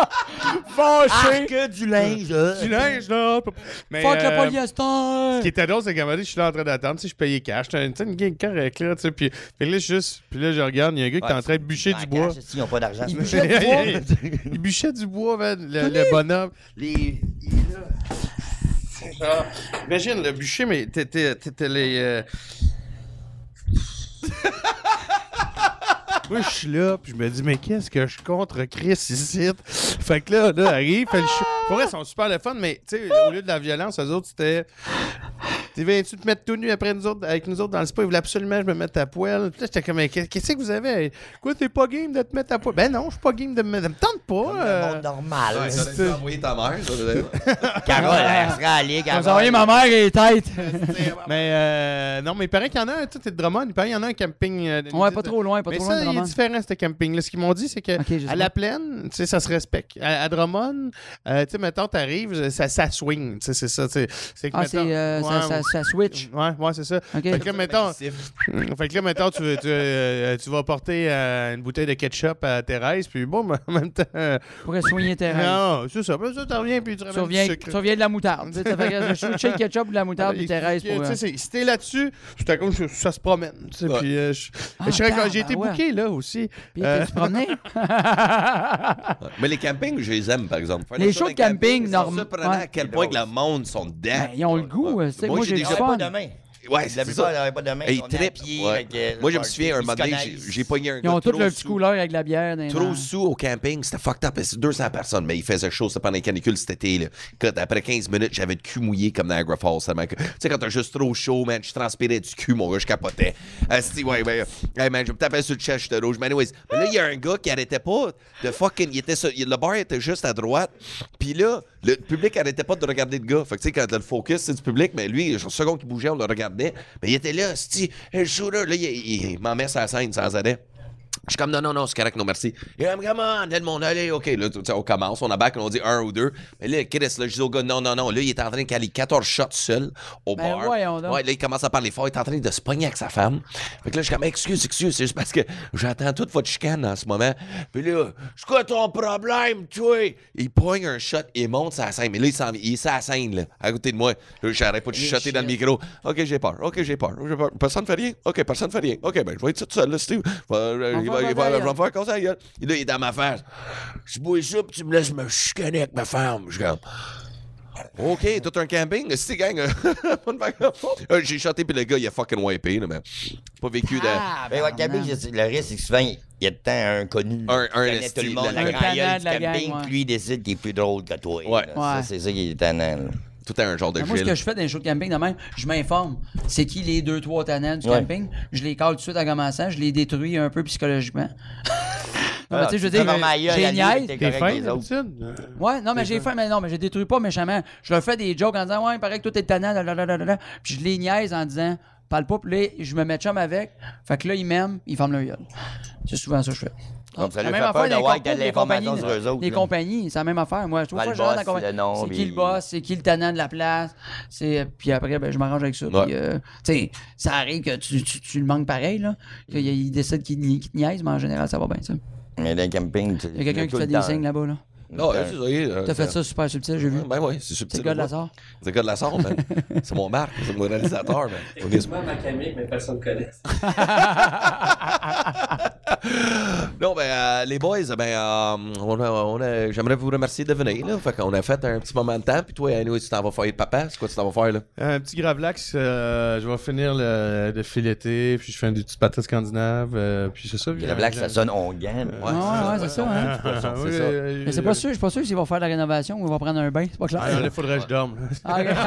Fâché! Que du linge, là. Du linge, là. Mais. Fuck le polyester! Ce qui était drôle, c'est qu'à un moment donné, je suis là en train d'attendre, tu sais, je payais cash. Tu sais, une gig correcte, là, tu sais. Puis là, je regarde, il y a un gars qui est en train de bûcher du bois. Ils n'ont pas d'argent. Il bûchait du bois, man, le bonhomme. Genre, imagine le bûcher, mais t'étais les. Moi, je suis là, puis je me dis, mais qu'est-ce que je contre Chris ici? Fait que là, arrive, fait le show. Pour vrai, ils sont super le fun, mais tu sais, au lieu de la violence, eux autres, c'était. Tu viens-tu te mettre tout nu après nous autres, avec nous autres dans le spa? Ils voulaient absolument que je me mette à poil. Puis là, j'étais comme, mais qu'est-ce que vous avez? Quoi, t'es pas game de te mettre à poil? Ben non, je suis pas game de me mettre. Ça me tente pas. Le monde normal. Ouais, ça aurait dû envoyer ta mère, ça. Carole, elle serait allée. On va envoyer ma mère et les têtes. Mais non, mais il paraît qu'il y en a un, tu sais, de Drummond, il paraît qu'il y en a un camping. Ouais, pas trop loin, pas mais trop ça, loin de il est Drummond. différent, ce camping-là. Ce qu'ils m'ont dit, c'est que Ok, je sais à la pas. plaine, tu sais, ça se respecte. À Drummond, tu sais, mettons, t'arrives, ça swing. Tu sais, c'est ça. C'est que, Ah, mettons, ça switch. Ouais, c'est ça. Ok. Fait que là, mettons, tu vas porter une bouteille de ketchup à Thérèse, puis bon, en même temps. Pourrait soigner tes rêves. Non, c'est ça. Puis ça, t'en reviens, puis tu Tu ramènes reviens, du sucre. tu reviens de la moutarde. Tu sais, fait que je suis le ketchup ou de la moutarde, puis Thérèse pour. Tu sais, si t'es là-dessus, c'est comme ça se promène. Tu sais, puis j'ai été ouais. booké là aussi. Puis t'es-tu promené? Mais les campings, je les aime, par exemple. Faire Les ça shows dans de camping, c'est normal- surprenant à quel point que le monde sont dedans. Ben, ils ont le goût. Tu sais, moi, j'ai du déjà fun. pas de main. Ouais, La c'est plupart ça. n'avaient pas de main. Hey, on est à trip. pied, Ouais. avec, Moi, je me party, souviens, un ils moment se donné, connaissent. j'ai pogné un Ils gars ont tous trop leur petit sous. couleur avec de la bière. Dans les Trop mains. sous au camping, c'était fucked up. C'est 200 personnes, mais il faisait chaud, c'était pendant les canicules cet été. Là. Écoute, après 15 minutes, j'avais le cul mouillé comme Niagara Falls. Tu sais, quand t'as juste trop chaud, man, je transpirais du cul, mon gars, je capotais. Hey, man, je me tapais sur le chest, j'étais rouge. Mais anyways, là, il y a un gars qui arrêtait pas de fucking. Le bar était juste à droite. Puis là, le public arrêtait pas de regarder le gars. Fait que, tu sais, quand le focus, c'est du public, mais lui, le second qu'il bougeait, on le regardait. Mais il était là, le shooter, là, il m'en met sur la scène sans arrêt. Je suis comme, non, c'est correct, non, merci. Et là, come on, aide mon allez, OK. Là, on commence, on embarque, on dit 1 ou 2. Mais là, Chris, là, je dis au gars, non. Là, il est en train de caler 14 shots seul au Ben, bar. voyons donc. Ouais, là, il commence à parler fort. Il est en train de se pogner avec sa femme. Fait que là, je suis comme, excuse, c'est juste parce que j'entends toute votre chicane en ce moment. Puis là, c'est quoi ton problème, toi? Il pogne un shot, il monte sa scène. Mais là, il est sur la scène, là, à côté de moi. Là, j'arrête pas de chuchoter dans le micro. OK, j'ai peur. Personne fait rien? OK, personne fait rien. OK, ben, je vais être tout seul, là, Steve. Il va me faire comme ça, là, il est dans ma face. Je bois ça, puis tu me laisses me chicaner avec ma femme. Je suis comme, OK, tout un camping. C'est gang. J'ai chanté, puis le gars, il a fucking wipé, là, mais pas vécu de. Ben, ouais, camping, le risque, c'est que souvent, il y a de temps un connu. Un qui connaît esti, tout le monde. le Quand il y a tannant du de la camping, gang, ouais. lui, il décide qu'il est plus drôle que toi. Ouais. là. Ouais. Ça, c'est ça qui est tannant. là. Tout un genre de Ben, moi, ce Gilles. que je fais dans les shows de camping, de même, je m'informe. C'est qui les 2-3 tannants du Ouais. camping? Je les cale tout de suite en commençant. Je les détruis un peu psychologiquement. Non, mais tu sais, je veux Tu te dire, fermes la gueule, j'ai à lui, niaise. t'es T'es correct fin, avec les autres. d'habitude? Ouais, non, mais j'ai fait, mais non, mais je détruis pas méchamment. Je leur fais des jokes en disant, ouais, il paraît que toi t'es tannant, blablabla. Puis je les niaise en disant, parle pas, puis là, je me mets chum avec. Fait que là, ils m'aiment, ils ferment leur gueule. C'est souvent ça que je fais. Donc, ça La lui même fait affaire peur de dans voir les qu'il y a de compagnies, l'information sur eux autres. Les là. compagnies, c'est la même affaire. Moi, je trouve Ben, pas le genre dans la boss, compagnie. le nom, C'est qui puis- le boss, c'est qui le tannant de la place. Puis après, ben, je m'arrange avec ça. Ouais. Puis, tu sais, ça arrive que tu le manques pareil, là. Qu'il décide qu'il te niaise, mais en général, ça va bien, ça. Mais dans le camping, Il y a quelqu'un qui fait des signes là-bas, là. Non, c'est ça. T'as fait ça super subtil, j'ai vu. Ben oui, c'est C'est subtil. le gars de la sorte. C'est le gars de la sorte, man. C'est mon Marc, c'est mon réalisateur, man. Moi, ma camique, mais personne ne connaît. Non, ben, les boys, ben, j'aimerais vous remercier de venir, là. Fait qu'on a fait un petit moment de temps, puis toi, anyway, tu t'en vas faire de papa. C'est quoi tu t'en vas faire, là? Un petit gravlax, je vais finir de fileter, puis je fais des petites pâtes scandinaves, puis c'est ça. La blague, ça sonne onguant. Ouais, c'est ça, hein. Oui, ça. Mais c'est pas sûr, je suis pas sûr s'il va faire de la rénovation ou il va prendre un bain, c'est pas clair. Ah, là, faudrait que je dorme. Ah, ok.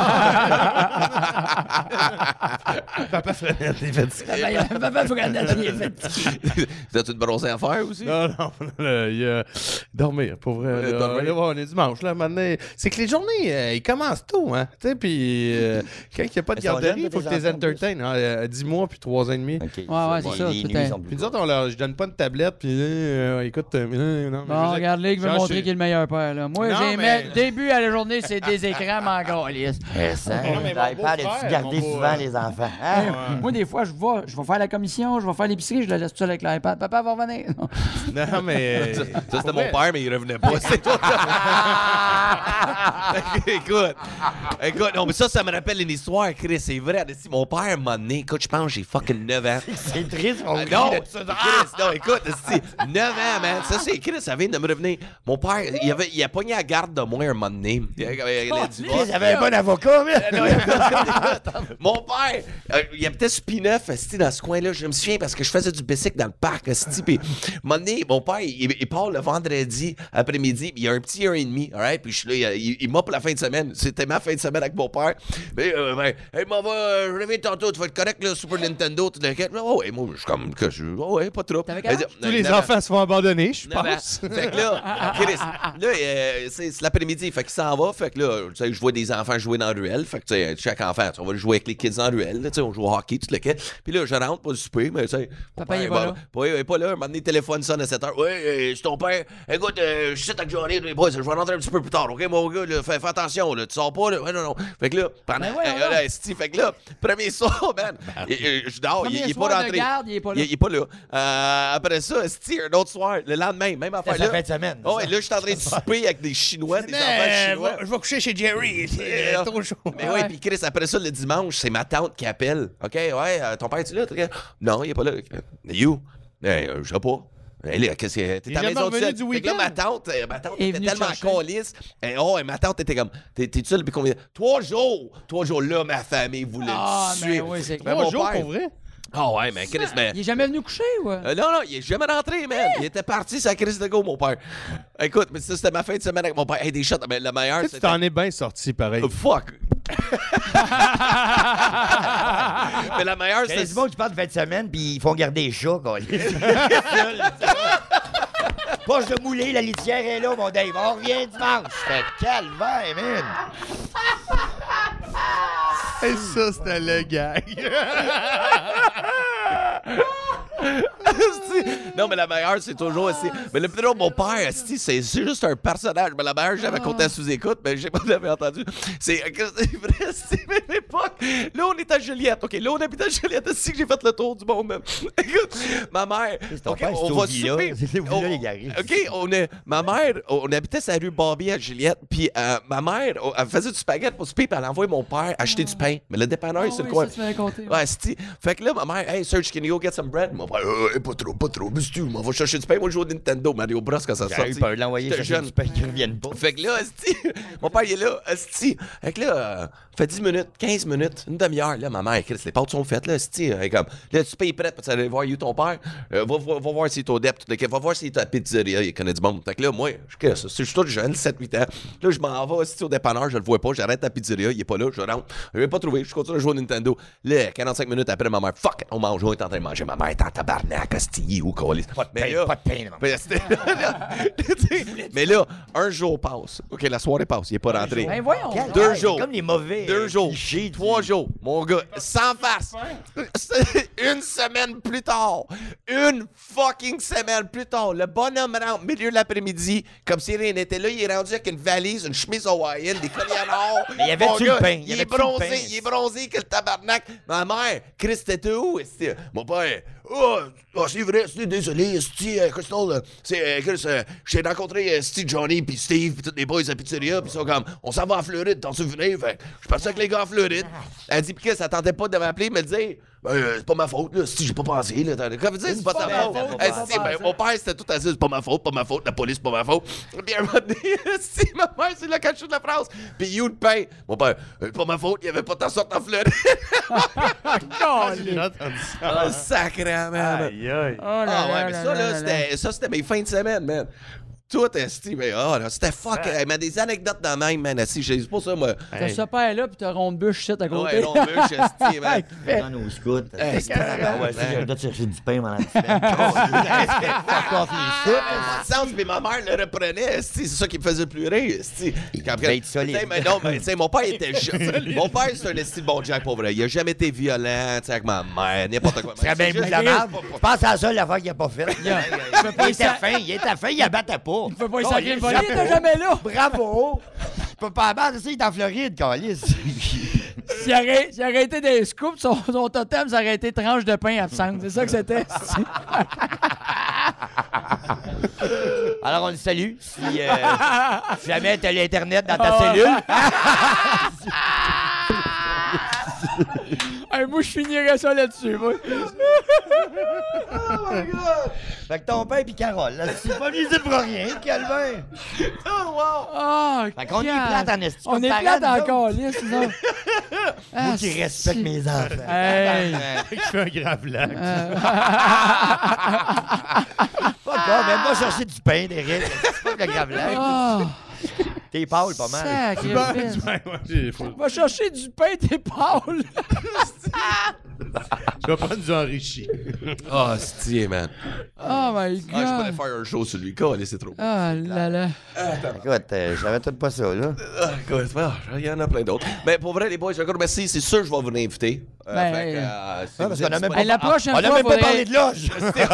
Papa Frenette, il fait ça. Papa, faut qu'on ait fait. T'as-tu une brosse à faire aussi? Non, là, il y a dormir, pour vrai. Là, dormir. là, on est dimanche, là, maintenant. C'est que les journées, ils commencent tôt, hein. Tu sais, puis quand il n'y a pas de Ils sont garderie, jeunes, il faut que tes tu les enfants, en plus. entertains. Hein, 10 mois, puis 3 ans et demi. OK. Ouais, c'est Bon, ça, Les tout nuits est- sont Puis plus nous autres, je donne pas de tablette, puis écoute, non. Bon, regarde-les, qui veut genre, montrer je- qu'il est le meilleur père, là. Moi, Non, j'ai mais- mis début à la journée, c'est des écrans, mais encore lisse. Ça, Non, mais mon l'iPad, beau-frère, as-tu gardé mon beau- souvent les enfants? Hein? Moi, des fois, je vais faire la commission, je vais faire l'épicerie, je le laisse tout seul avec l'iPad. Papa va revenir. Non, mais. Ça, c'était mon père, mais il revenait pas. C'est toi. écoute, non, mais ça me rappelle une histoire, Chris. C'est vrai. Mon père m'a donné, écoute, je pense que j'ai fucking 9 ans. C'est triste, on Non, Chris, non, écoute, 9 ans, man. Ça, c'est Chris, ça vient de me revenir. Mon père, il a pogné la garde de moi un moment donné. Il avait un bon avocat, mais. Mon père, il habitait sur P9, dans ce coin-là. Je me souviens parce que je faisais du bicycle dans le parc, puis un moment donné, mon père, il part le vendredi après-midi, il y a un petit 1h30, alright? Puis je suis là, il m'a pour la fin de semaine. C'était ma fin de semaine avec mon père. Mais, hey, m'en va, je reviens tantôt, tu vas être correct, là, Super Nintendo, tu t'inquiètes. Oh, ouais, moi, je suis comme, ouais, pas trop. Tous les enfants se font abandonner, je pense. Fait que là, Chris, c'est l'après-midi, fait qu'il s'en va, fait que là, tu sais, je vois des enfants jouer dans la ruelle, fait que, tu sais, chaque enfant, on va jouer avec les kids dans la ruelle, tu sais, on joue au hockey, tout le quai. Puis là, je rentre pour le souper, mais tu sais, papa, il est pas là. Il est pas là, un moment donné, le téléphone sonne à 7h. Ouais, c'est ton père. Écoute, je suis avec Johnny, les boys, je vais rentrer un petit peu plus tard, OK, mon gars, là, fais attention, là, tu sors pas, là. Ouais, non. Fait que là, pendant. Fait que là, premier soir, man, je dors, il est pas rentré. Il est pas là. Après ça, un autre soir, le lendemain, même affaire là. C'est la fin de semaine. Oh, ouais, là, je suis en train de souper avec des Chinois, des enfants chinois. Je vais coucher chez Jerry, c'est trop chaud. Mais ouais, puis Chris, après ça, le dimanche, c'est ma tante qui appelle. OK, ouais, ton père est-tu là? Non, il est pas là. You? Je sais pas. Elle est, qu'est-ce que t'es à la maison de seul. Fait que là, ma tante était tellement colisse. Ma tante était comme, t'es-tu seul depuis combien? 3 jours. 3 jours là, ma famille voulait le tuer. Oui, c'est 3 jours pour vrai? Ah ouais, mais Chris, mais. Il est jamais venu coucher, ouais? Non, il est jamais rentré, man. Il était parti, sa crise de go, mon père. Écoute, mais ça, c'était ma fin de semaine avec mon père. Hey, des shots, mais le meilleur, Tu t'en es bien sorti, pareil. Fuck. Mais la meilleure, c'est du monde qui partent de fin de semaine puis ils font garder les chats, quoi. Poche de mouler, la litière est là, mon Dave. On revient dimanche. Fait calvaire, man. Et ça, c'était le gag. Non, mais la meilleure, c'est toujours aussi. Mais le plus drôle, mon père, c'est juste un personnage. Mais la meilleure, j'avais compté à sous-écoute, mais je sais pas si vous l'avez entendu. C'est vrai, c'est même époque. Là, on est à Joliette. OK, là, on habite à Joliette. C'est que j'ai fait le tour du monde, même. Écoute, ma mère. OK, on va souper. OK, ma mère, on habitait sa rue Barbie à Joliette. Puis ma mère, elle faisait du spaghetti pour souper, puis elle envoyait mon père acheter du pain. Mais le dépanneur, c'est le coin. Ouais, c'est. Fait que là, ma mère, hey, Serge, can you go get some bread? Mon père, pas trop, mais c'est tout. On va chercher du pain. Moi, je joue au Nintendo, Mario Bros, quand ça sort. J'ai eu peur de l'envoyer chercher du pain qui ne revienne pas. Fait que là, mon père, il est là, Fait que là, fait 10 minutes, 15 minutes, une demi-heure. Là, ma mère, Chris, les pâtes sont faites, là, comme, là, tu payes prête, tu aller voir ton père. Va voir s'il est au dep, va voir s'il est à la pizzeria, il connaît du monde. Fait que là, moi, je suis tout jeune, 7-8 ans. Là, je m'en vais, au dépanneur, je le vois pas, j'arrête à la pizzeria, il est pas là, je rentre. Je l'ai pas trouvé, je continue à jouer au Nintendo. Là, 45 minutes après, ma mère, fuck, on mange, on est en train de manger. Ma mère est en tabarnak, hostie, ou quoi. Pas de pain, mais là, un jour passe. OK, la soirée passe, il est pas rentré. Ben voyons. 2 jours. Comme les mauvais. 2 jours. 3 jours. Mon gars, sans face. Une semaine plus tard. Une fucking semaine plus tard. Le bonhomme rentre, milieu de l'après-midi, comme si rien n'était là. Il est rendu avec une valise, une chemise hawaïenne, des colliers en or. Mais il y avait-tu le pain? Il est bronzé que le tabarnak. Ma mère, Chris, t'étais où? Mon père, c'est vrai, désolé, Crystal, j'ai rencontré Johnny puis Steve puis tous les boys à la pizzeria puis ils sont comme, on s'en va en Floride, t'en souviens? Fait je suis parti avec les gars en Floride. Elle dit, puis que ça tentait pas de m'appeler, me dire, c'est pas ma faute, là, si j'ai pas pensé, là. Comment dire, c'est pas ta faute? Elle dit, mon père, c'était tout à dire, c'est pas ma faute, la police, c'est pas ma faute. Puis un moment donné, ma mère, c'est là qu'elle chute la phrase. Puis you le pain. Mon père, c'est pas ma faute, il y avait pas ta sorte en Floride. Sacrément. Aïe, aïe. Mais ça, là, c'était mes fins de semaine, man. Tout, mais c'était fuck. Mais des anecdotes de même, man. C'est pas ça, moi. T'as ce père-là, puis t'as Ronde-Bûche, shit à côté. Ouais, Ronde-Bûche, man. Dans nos scouts. Ouais, j'ai le chercher du pain pendant la semaine. Sens, mais ma mère le reprenait, c'est ça qui me faisait pleurer. Il devait être solide. Mais non, mais mon père était jeune. Mon père, c'est un estime bon Jack, pour vrai. Il a jamais été violent, avec ma mère, n'importe quoi. C'est bien de la merde. Je pense à la seule affaire qu'il n'a pas faite. Il était fin, il abattait pas. Il peut pas y sacrer le volet, il était jamais là. Bravo! Il peut pas abattre, il est en Floride, câlisse. S'il aurait été des scoops, son totem, ça aurait été tranche de pain absente. C'est ça que c'était. Alors, on le salue. Si jamais t'as l'Internet dans ta cellule. Hey, moi, je finirais ça là-dessus, moi. Oh my God! Fait que ton père et Carole, là, c'est pas venu ici pour rien, Calvin. Oh, wow! Ah, Fait qu'on est plate en esti. On est plate encore, là, sinon. Moi qui respecte mes enfants. Hey! Je fais un grave lac. Pas grave, même moi chercher du pain, Derek. C'est pas le grave lac. Oh, T'es pâle pas mal. sacrifice. Je Va chercher du pain, t'es pâle. vais prendre du enrichi. Oh, c'est man. Oh my God. Ah, je pourrais faire un show sur lui. Allez, c'est trop. Ah là là. Écoute, je savais tout pas ça, là. Écoute, il y en a plein d'autres. Mais pour vrai, les boys, je vous remercie. C'est sûr que je vais vous inviter. Ben, parce qu'on a même la prochaine on a fois, même pas faudrait- parlé de loge.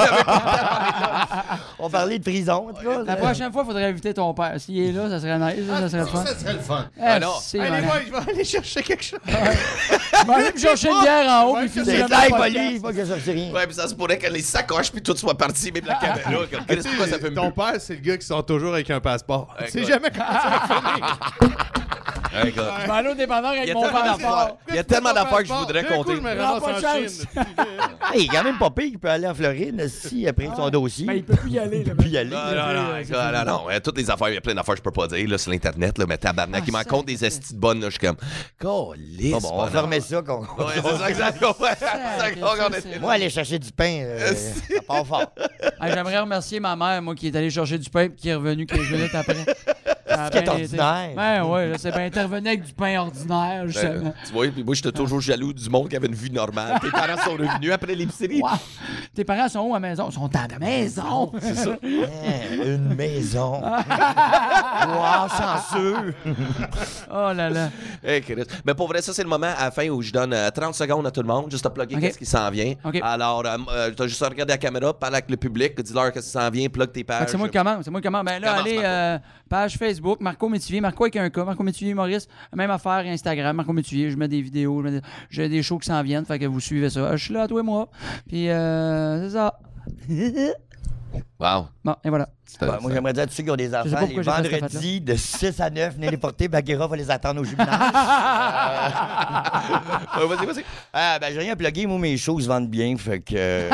On parlait de prison, tu vois. La prochaine fois, il faudrait inviter ton père. S'il est là, ça serait nice. Ça serait le fun. Ça serait le fun. Ah, non. c'est Allez, malade. moi, je vais aller chercher quelque chose. Je vais aller me chercher une bière en haut, puis C'est finir clair, le pas podcast. lui, il faut que je sorte rien. Ouais, puis ça se pourrait que les sacoches puis tout soit parti, même la caméra. Comme, Chris, pourquoi ça fait Ton mieux? père, c'est le gars qui sort toujours avec un passeport. Ouais, C'est quoi. jamais comment ça va finir. Ouais, écoute. Je vais aller au dépanneur avec Il y a mon tellement d'affaires. passeport. Il y a tellement d'affaires que je voudrais D'un coup, compter. je me Prends ramasse pas de en chance. Chine. Il est quand même pas pire qu'il peut aller en Floride si après son dossier. Ben, il peut plus y aller, là. Il peut plus y aller. Non, toutes les affaires, il y a plein d'affaires que je peux pas dire là, sur l'Internet, là, mais tabarnak, il m'en compte des estis de bonnes, là, je suis comme, calisse, Bon, on va fermer ça. qu'on- Ouais, c'est ça, exactement. Ouais, c'est ça qu'on est- Moi, aller chercher du pain, ça part fort. Ah, j'aimerais remercier ma mère, moi, qui est allée chercher du pain et qui est revenue 15 minutes après. C'est ordinaire. Ben ouais, là, c'est bien intervenu avec du pain ordinaire, justement. Tu vois, puis moi, j'étais toujours jaloux du monde qui avait une vie normale. Tes parents sont revenus après l'épicerie. Wow. Tes parents sont où à la maison? Ils sont à la maison. C'est ça. Une maison. Wow, chanceux. Oh là là. Hey, Chris. Mais pour vrai, ça, c'est le moment à la fin où je donne 30 secondes à tout le monde, juste à plugger Ok. qu'est-ce qui s'en vient. Ok. Alors, t'as juste à regarder la caméra, parler avec le public, dis-leur qu'est-ce qui s'en vient, plug tes pages. C'est moi qui commande. C'est moi qui commande. Ben là, Commence, allez, page Facebook, Marco Métivier, Marco avec un K, Marco Métivier Maurice. Même affaire, Instagram, Marco Métivier. Je mets des vidéos, j'ai des shows qui s'en viennent, fait que vous suivez ça. Je suis là, toi et moi. Puis, c'est ça. Wow. Bon, et voilà. Moi, j'aimerais dire à tous ceux qui ont des sais pas enfants, les pourquoi j'ai fait cette vendredis de 6 à 9, venez les porter. Baguera va les attendre au gymnase. Vas-y. Ah, ben, j'ai rien à plugger. Moi, mes shows se vendent bien. Fait que.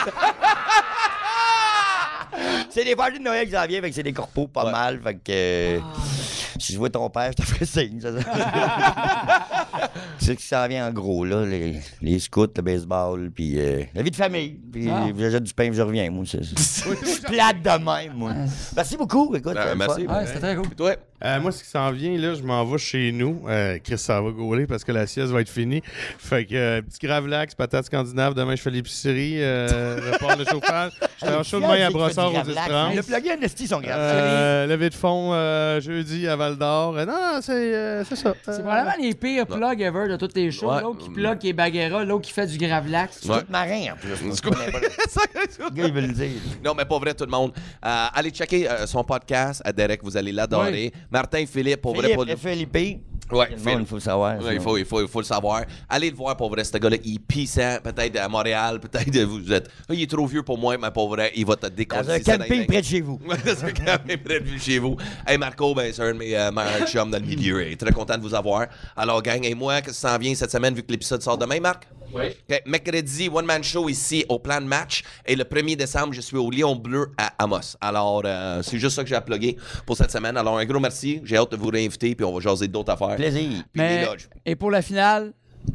C'est des parties de Noël qui s'en viennent, fait que c'est des corpos pas mal. Fait que. Si je vois ton père, je te ferai signe. C'est ce qui s'en vient en gros, là. Les scouts, le baseball, puis la vie de famille. Puis j'achète du pain, puis je reviens, moi. C'est plate de même, moi. Merci beaucoup. Écoute, Merci. Ouais, c'était très cool. Toi? Moi, ce qui s'en vient, là, je m'en vais chez nous. Chris, ça va gauler parce que la sieste va être finie. Fait que, petit gravlax, patates scandinaves. Demain, je fais l'épicerie. Repars le chauffage. Je suis en chaud de main à Brossard aux Estranges. Le plugin Nesty sont graves. Levée de fond jeudi à Val-d'Or. Non, c'est ça. C'est probablement les pires plugs ever de toutes les shows. Ouais. L'autre qui plug qui est Baguera, l'autre qui fait du gravlax. Ouais. Tout marin, en plus. Du coup- Le gars, il veut le dire. Non, mais pas vrai, tout le monde. Allez checker son podcast à Derek, vous allez l'adorer. Martin Philippe, pour vrai. Philippe. Ouais, Le monde, il faut le savoir. Ouais, il faut le savoir. Allez le voir, pour vrai. Ce gars-là, il est puissant. Peut-être à Montréal, peut-être vous êtes. Il est trop vieux pour moi, mais pour vrai, il va te Dans déconditionner. un camping près de chez vous. Ouais, c'est un camping près de chez vous. Hey, Marco, ben, c'est un de mes meilleurs chums dans le milieu. Il est très content de vous avoir. Alors, gang, et moi, qu'est-ce qui s'en vient cette semaine, vu que l'épisode sort demain, Marc? Oui. Okay. Mercredi, One Man Show ici au Plan de Match. Et le 1er décembre, je suis au Lion Bleu à Amos. Alors, c'est juste ça que j'ai à plugger pour cette semaine. Alors, un gros merci. J'ai hâte de vous réinviter, puis on va jaser d'autres affaires. Plaisir. Puis des lodges. Et pour la finale,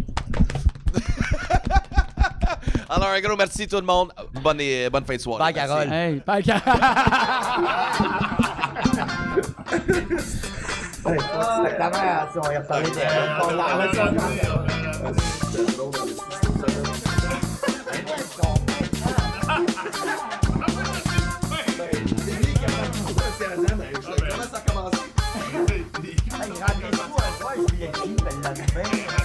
Alors, un gros merci tout le monde. Bonne fin de soirée. Bye, Merci. Carole. hey, bye, Ta mère, si on y reparlait Comment ça a commencé?